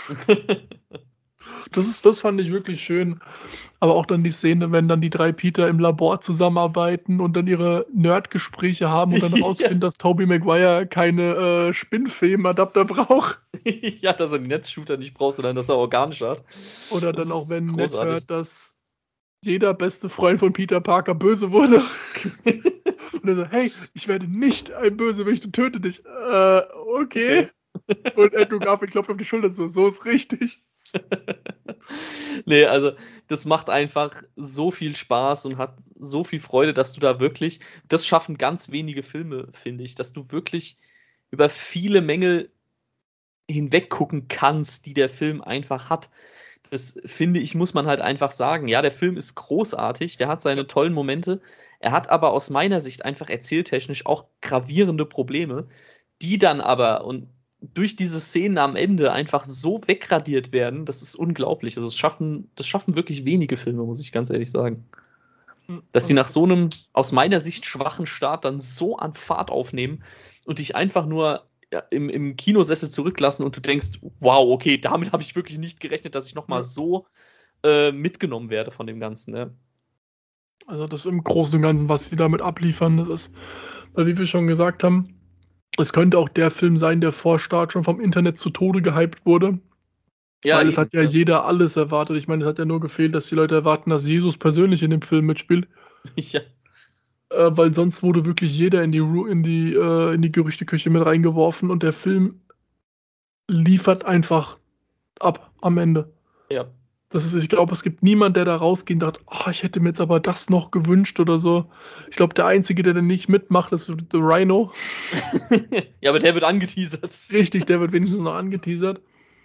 A: das ist, das fand ich wirklich schön. Aber auch dann die Szene, wenn dann die drei Peter im Labor zusammenarbeiten und dann ihre Nerdgespräche haben und dann
B: Ja.
A: rausfinden, dass Tobey Maguire keine äh, Spinnfilm-Adapter braucht.
B: Ja, dass er den Netzshooter nicht braucht, sondern dass er organisch hat.
A: Oder
B: Das
A: dann auch,
B: ist
A: wenn Ned
B: großartig.
A: hört, dass jeder beste Freund von Peter Parker böse wurde. Und er so, hey, ich werde nicht ein Bösewicht und töte dich. Äh, okay. Und Andrew Garfield klopft auf die Schulter so, so ist richtig.
B: Nee, also das macht einfach so viel Spaß und hat so viel Freude, dass du da wirklich, das schaffen ganz wenige Filme, finde ich, dass du wirklich über viele Mängel hinweg gucken kannst, die der Film einfach hat. Das finde ich, muss man halt einfach sagen. Ja, der Film ist großartig, der hat seine tollen Momente, er hat aber aus meiner Sicht einfach erzähltechnisch auch gravierende Probleme, die dann aber, und durch diese Szenen am Ende einfach so wegradiert werden, das ist unglaublich. Also, das schaffen, das schaffen wirklich wenige Filme, muss ich ganz ehrlich sagen. Dass sie nach so einem, aus meiner Sicht, schwachen Start dann so an Fahrt aufnehmen und dich einfach nur ja, im, im Kinosessel zurücklassen und du denkst, wow, okay, damit habe ich wirklich nicht gerechnet, dass ich nochmal
A: Ja.
B: so äh, mitgenommen werde von dem Ganzen. Ne?
A: Also das im Großen und Ganzen, was sie damit abliefern, das ist, weil wie wir schon gesagt haben, es könnte auch der Film sein, der vor Start schon vom Internet zu Tode gehypt wurde.
B: Ja,
A: weil es
B: eben,
A: hat ja,
B: ja.
A: jeder alles erwartet. Ich meine, es hat ja nur gefehlt, dass die Leute erwarten, dass Jesus persönlich in dem Film mitspielt.
B: Ja.
A: Äh, weil sonst wurde wirklich jeder in die, Ru in die, äh, in die Gerüchteküche mit reingeworfen und der Film liefert einfach ab am Ende.
B: Ja.
A: Das ist, ich glaube, es gibt niemanden, der da rausgeht und sagt, oh, ich hätte mir jetzt aber das noch gewünscht oder so. Ich glaube, der Einzige, der da nicht mitmacht, ist The Rhino.
B: Ja, aber der wird angeteasert.
A: Richtig, der wird wenigstens noch angeteasert.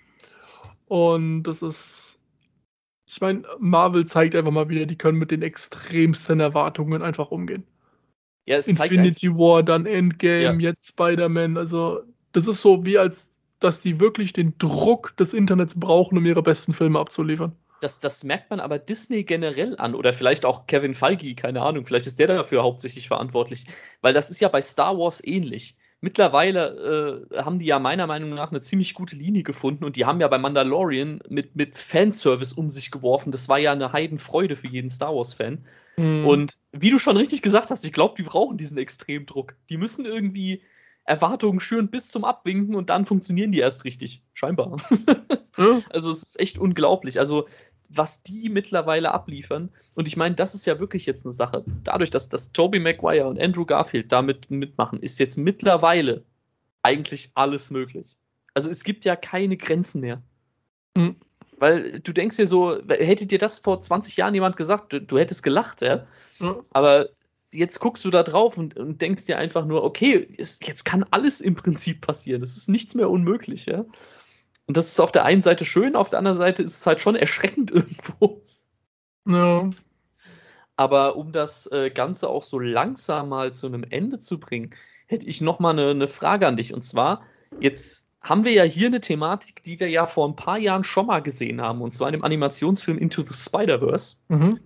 A: Und das ist, ich meine, Marvel zeigt einfach mal wieder, die können mit den extremsten Erwartungen einfach umgehen.
B: Ja, es zeigt
A: Infinity
B: einfach,
A: War, dann Endgame,
B: Ja.
A: jetzt Spider-Man. Also, das ist so wie als, dass die wirklich den Druck des Internets brauchen, um ihre besten Filme abzuliefern.
B: das, das merkt man aber Disney generell an oder vielleicht auch Kevin Feige, keine Ahnung, vielleicht ist der dafür hauptsächlich verantwortlich, weil das ist ja bei Star Wars ähnlich. Mittlerweile äh, haben die ja meiner Meinung nach eine ziemlich gute Linie gefunden und die haben ja bei Mandalorian mit, mit Fanservice um sich geworfen. Das war ja eine Heidenfreude für jeden Star Wars-Fan.
A: Mhm.
B: Und wie du schon richtig gesagt hast, ich glaube, die brauchen diesen Extremdruck. Die müssen irgendwie Erwartungen schüren bis zum Abwinken und dann funktionieren die erst richtig. Scheinbar.
A: Ja.
B: Also es ist echt unglaublich. Also was die mittlerweile abliefern. Und ich meine, das ist ja wirklich jetzt eine Sache. Dadurch, dass, dass Tobey Maguire und Andrew Garfield damit mitmachen, ist jetzt mittlerweile eigentlich alles möglich. Also es gibt ja keine Grenzen mehr.
A: Mhm.
B: Weil du denkst dir so, hätte dir das vor zwanzig Jahren jemand gesagt, du, du hättest gelacht, ja?
A: Ja.
B: Aber jetzt guckst du da drauf und, und denkst dir einfach nur, okay, es, jetzt kann alles im Prinzip passieren. Es ist nichts mehr unmöglich, ja. Und das ist auf der einen Seite schön, auf der anderen Seite ist es halt schon erschreckend irgendwo.
A: Ja.
B: Aber um das äh, Ganze auch so langsam mal zu einem Ende zu bringen, hätte ich noch mal eine, eine Frage an dich. Und zwar, jetzt haben wir ja hier eine Thematik, die wir ja vor ein paar Jahren schon mal gesehen haben, und zwar in dem Animationsfilm Into the Spider-Verse.
A: Mhm.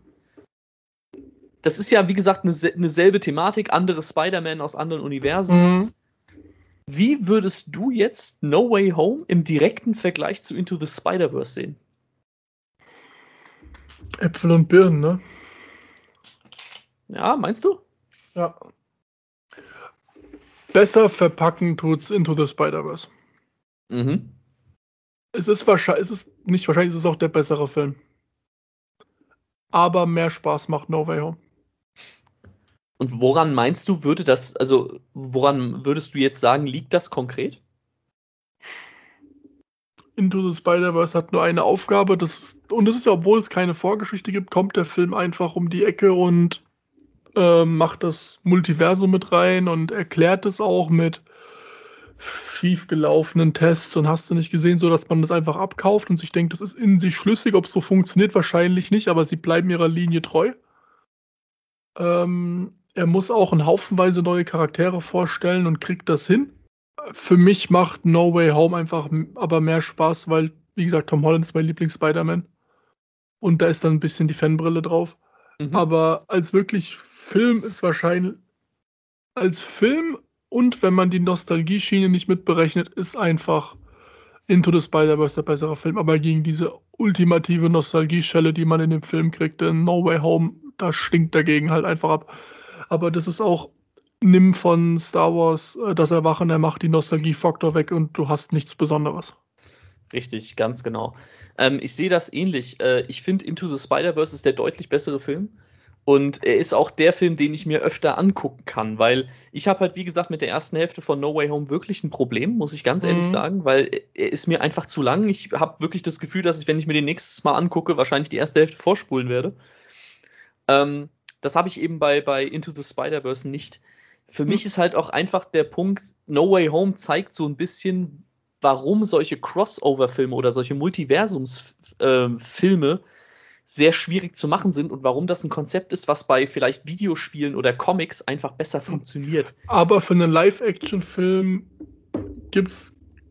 B: Das ist ja, wie gesagt, eine, eine selbe Thematik, andere Spider-Man aus anderen Universen.
A: Mhm.
B: Wie würdest du jetzt No Way Home im direkten Vergleich zu Into the Spider-Verse sehen?
A: Äpfel und Birnen, ne?
B: Ja, meinst du?
A: Ja. Besser verpacken tut's Into the Spider-Verse.
B: Mhm.
A: Es ist wahrscheinlich, es ist nicht wahrscheinlich, es ist auch der bessere Film. Aber mehr Spaß macht No Way Home.
B: Und woran meinst du, würde das, also woran würdest du jetzt sagen, liegt das konkret?
A: Into the Spider-Verse hat nur eine Aufgabe, das ist, und das ist ja, obwohl es keine Vorgeschichte gibt, kommt der Film einfach um die Ecke und äh, macht das Multiversum mit rein und erklärt es auch mit schiefgelaufenen Tests und hast du nicht gesehen, so dass man das einfach abkauft und sich denkt, das ist in sich schlüssig, ob es so funktioniert, wahrscheinlich nicht, aber sie bleiben ihrer Linie treu. Ähm, er muss auch einen Haufenweise neue Charaktere vorstellen und kriegt das hin. Für mich macht No Way Home einfach m- aber mehr Spaß, weil, wie gesagt, Tom Holland ist mein Lieblings-Spider-Man. Und da ist dann ein bisschen die Fanbrille drauf.
B: Mhm.
A: Aber als wirklich Film ist wahrscheinlich, als Film und wenn man die Nostalgie-Schiene nicht mitberechnet, ist einfach Into the Spider-Verse der bessere Film. Aber gegen diese ultimative Nostalgie-Schelle, die man in dem Film kriegt, in No Way Home, da stinkt dagegen halt einfach ab. Aber das ist auch, nimm von Star Wars äh, das Erwachen der Macht die Nostalgie-Faktor weg und du hast nichts Besonderes.
B: Richtig, ganz genau. Ähm, ich sehe das ähnlich. Äh, ich finde, Into the Spider-Verse ist der deutlich bessere Film. Und er ist auch der Film, den ich mir öfter angucken kann, weil ich habe halt, wie gesagt, mit der ersten Hälfte von No Way Home wirklich ein Problem, muss ich ganz ehrlich
A: Mhm.
B: sagen, weil er ist mir einfach zu lang. Ich habe wirklich das Gefühl, dass ich, wenn ich mir den nächstes Mal angucke, wahrscheinlich die erste Hälfte vorspulen werde. Ähm, das habe ich eben bei, bei Into the Spider-Verse nicht. Für mich ist halt auch einfach der Punkt, No Way Home zeigt so ein bisschen, warum solche Crossover-Filme oder solche Multiversums-Filme sehr schwierig zu machen sind und warum das ein Konzept ist, was bei vielleicht Videospielen oder Comics einfach besser funktioniert.
A: Aber für einen Live-Action-Film gibt es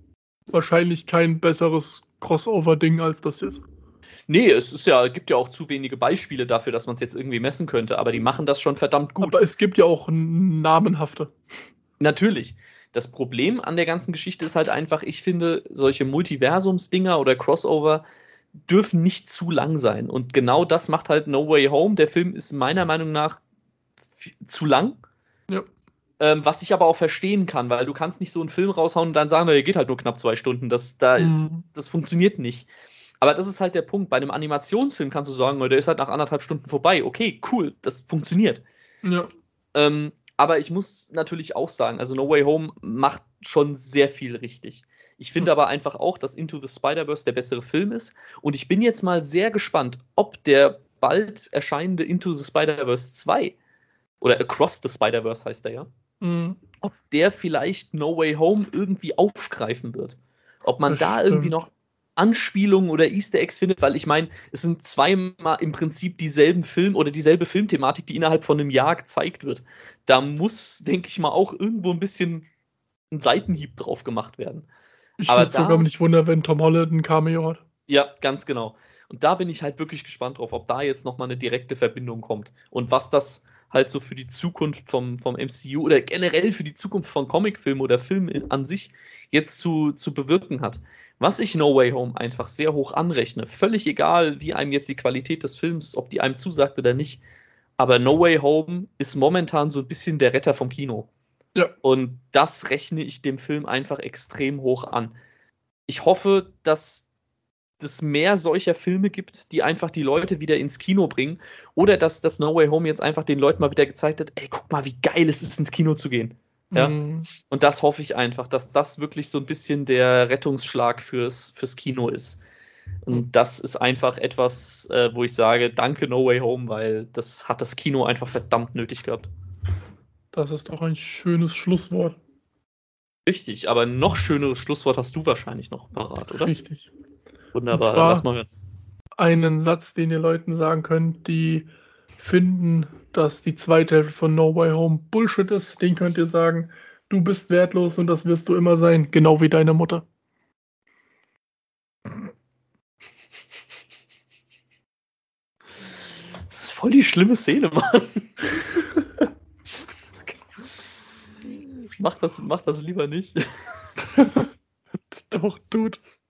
A: wahrscheinlich kein besseres Crossover-Ding als das jetzt.
B: Nee, es ist ja, gibt ja auch zu wenige Beispiele dafür, dass man es jetzt irgendwie messen könnte, aber die machen das schon verdammt gut.
A: Aber es gibt ja auch namenhafte.
B: Natürlich. Das Problem an der ganzen Geschichte ist halt einfach, ich finde, solche Multiversums-Dinger oder Crossover dürfen nicht zu lang sein. Und genau das macht halt No Way Home. Der Film ist meiner Meinung nach f- zu lang.
A: Ja.
B: Ähm, was ich aber auch verstehen kann, weil du kannst nicht so einen Film raushauen und dann sagen, der geht halt nur knapp zwei Stunden. Das, da,
A: Mhm.
B: das funktioniert nicht. Aber das ist halt der Punkt. Bei einem Animationsfilm kannst du sagen, der ist halt nach anderthalb Stunden vorbei. Okay, cool, das funktioniert.
A: Ja.
B: Ähm, aber ich muss natürlich auch sagen, also No Way Home macht schon sehr viel richtig. Ich finde aber einfach auch, dass Into the Spider-Verse der bessere Film ist. Und ich bin jetzt mal sehr gespannt, ob der bald erscheinende Into the Spider-Verse zwei oder Across the Spider-Verse heißt der ja,
A: Mhm.
B: ob der vielleicht No Way Home irgendwie aufgreifen wird. Ob man
A: Das
B: da
A: stimmt.
B: irgendwie noch Anspielungen oder Easter Eggs findet, weil ich meine, es sind zweimal im Prinzip dieselben Film oder dieselbe Filmthematik, die innerhalb von einem Jahr gezeigt wird. Da muss, denke ich mal, auch irgendwo ein bisschen ein Seitenhieb drauf gemacht werden.
A: Ich
B: Aber
A: würde
B: da-
A: sogar nicht wundern, wenn Tom Holland ein Cameo hat.
B: Ja, ganz genau. Und da bin ich halt wirklich gespannt drauf, ob da jetzt nochmal eine direkte Verbindung kommt. Und was das halt so für die Zukunft vom, vom M C U oder generell für die Zukunft von Comicfilmen oder Filmen an sich jetzt zu, zu bewirken hat. Was ich No Way Home einfach sehr hoch anrechne, völlig egal, wie einem jetzt die Qualität des Films, ob die einem zusagt oder nicht, aber No Way Home ist momentan so ein bisschen der Retter vom Kino.
A: Ja.
B: Und das rechne ich dem Film einfach extrem hoch an. Ich hoffe, dass es mehr solcher Filme gibt, die einfach die Leute wieder ins Kino bringen. Oder dass das No Way Home jetzt einfach den Leuten mal wieder gezeigt hat, ey, guck mal, wie geil es ist, ins Kino zu gehen. Ja.
A: Mhm.
B: Und das hoffe ich einfach, dass das wirklich so ein bisschen der Rettungsschlag fürs, fürs Kino ist. Und das ist einfach etwas, äh, wo ich sage, danke No Way Home, weil das hat das Kino einfach verdammt nötig gehabt.
A: Das ist doch ein schönes Schlusswort.
B: Richtig, aber ein noch schöneres Schlusswort hast du wahrscheinlich noch parat, oder?
A: Richtig.
B: Wunderbar,
A: Und zwar-
B: lass mal hören.
A: Einen Satz, den ihr Leuten sagen könnt, die finden, dass die zweite Hälfte von No Way Home Bullshit ist, den könnt ihr sagen, du bist wertlos und das wirst du immer sein, genau wie deine Mutter.
B: Das ist voll die schlimme Szene, Mann. mach, das, mach das lieber nicht.
A: Doch, tut es.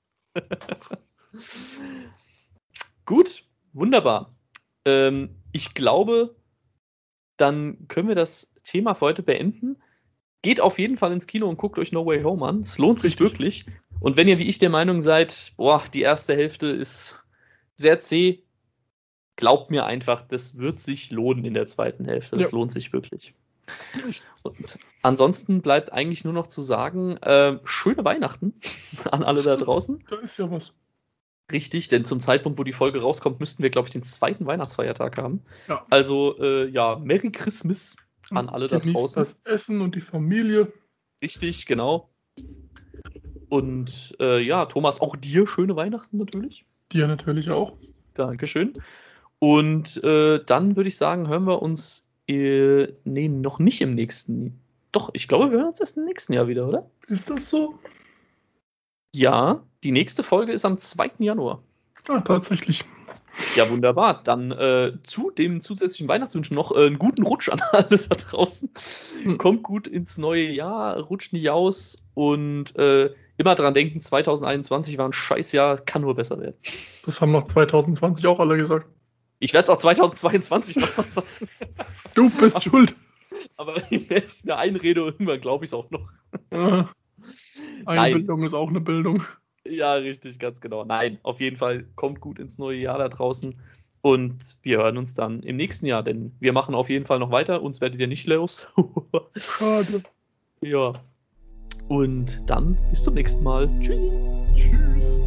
B: Gut, wunderbar. Ähm, ich glaube, dann können wir das Thema für heute beenden. Geht auf jeden Fall ins Kino und guckt euch No Way Home an. Es lohnt sich
A: Richtig.
B: wirklich. Und wenn ihr wie ich der Meinung seid, boah, die erste Hälfte ist sehr zäh, glaubt mir einfach, das wird sich lohnen in der zweiten Hälfte. Das
A: Ja.
B: lohnt sich wirklich. Und ansonsten bleibt eigentlich nur noch zu sagen, äh, schöne Weihnachten an alle da draußen.
A: Da ist ja was.
B: Richtig, denn zum Zeitpunkt, wo die Folge rauskommt, müssten wir, glaube ich, den zweiten Weihnachtsfeiertag haben.
A: Ja.
B: Also, äh, ja, Merry Christmas an alle da
A: Genießt
B: draußen.
A: das Essen und die Familie.
B: Richtig, genau. Und äh, ja, Thomas, auch dir schöne Weihnachten natürlich.
A: Dir natürlich auch.
B: Dankeschön. Und äh, dann würde ich sagen, hören wir uns, äh, nee, noch nicht im nächsten. Doch, ich glaube, wir hören uns erst im nächsten Jahr wieder, oder?
A: Ist das so?
B: Ja, die nächste Folge ist am zweiten Januar.
A: Ah, tatsächlich.
B: Ja, wunderbar. Dann äh, zu dem zusätzlichen Weihnachtswünschen noch äh, einen guten Rutsch an alle da draußen.
A: Hm.
B: Kommt gut ins neue Jahr, rutscht nicht aus und äh, immer dran denken, zwanzig einundzwanzig war ein Scheißjahr, kann nur besser werden.
A: Das haben noch zwanzig zwanzig auch alle gesagt.
B: Ich werde es auch zweitausendzweiundzwanzig nochmal sagen,
A: Du bist schuld.
B: aber wenn ich es mir einrede, irgendwann glaube ich es auch noch.
A: Ah,
B: Nein.
A: Einbildung ist auch eine Bildung.
B: Ja, richtig, ganz genau. Nein, auf jeden Fall kommt gut ins neue Jahr da draußen und wir hören uns dann im nächsten Jahr, denn wir machen auf jeden Fall noch weiter. Uns werdet ihr nicht los.
A: Schade.
B: Ja. Und dann bis zum nächsten Mal. Tschüssi.
A: Tschüss.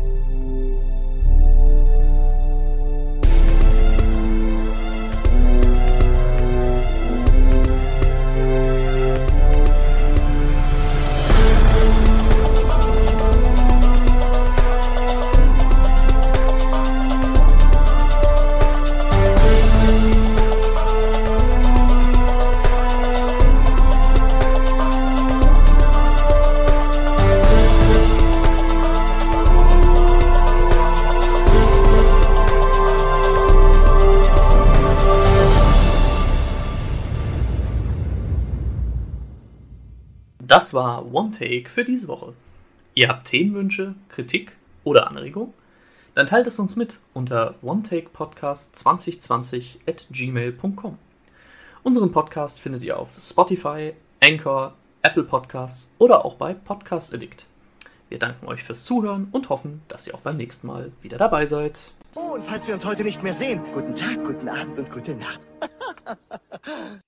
B: Das war One Take für diese Woche. Ihr habt Themenwünsche, Kritik oder Anregungen? Dann teilt es uns mit unter onetakepodcast zwanzig zwanzig at gmail punkt com. Unseren Podcast findet ihr auf Spotify, Anchor, Apple Podcasts oder auch bei Podcast Addict. Wir danken euch fürs Zuhören und hoffen, dass ihr auch beim nächsten Mal wieder dabei seid.
C: Oh, und falls wir uns heute nicht mehr sehen, guten Tag, guten Abend und gute Nacht.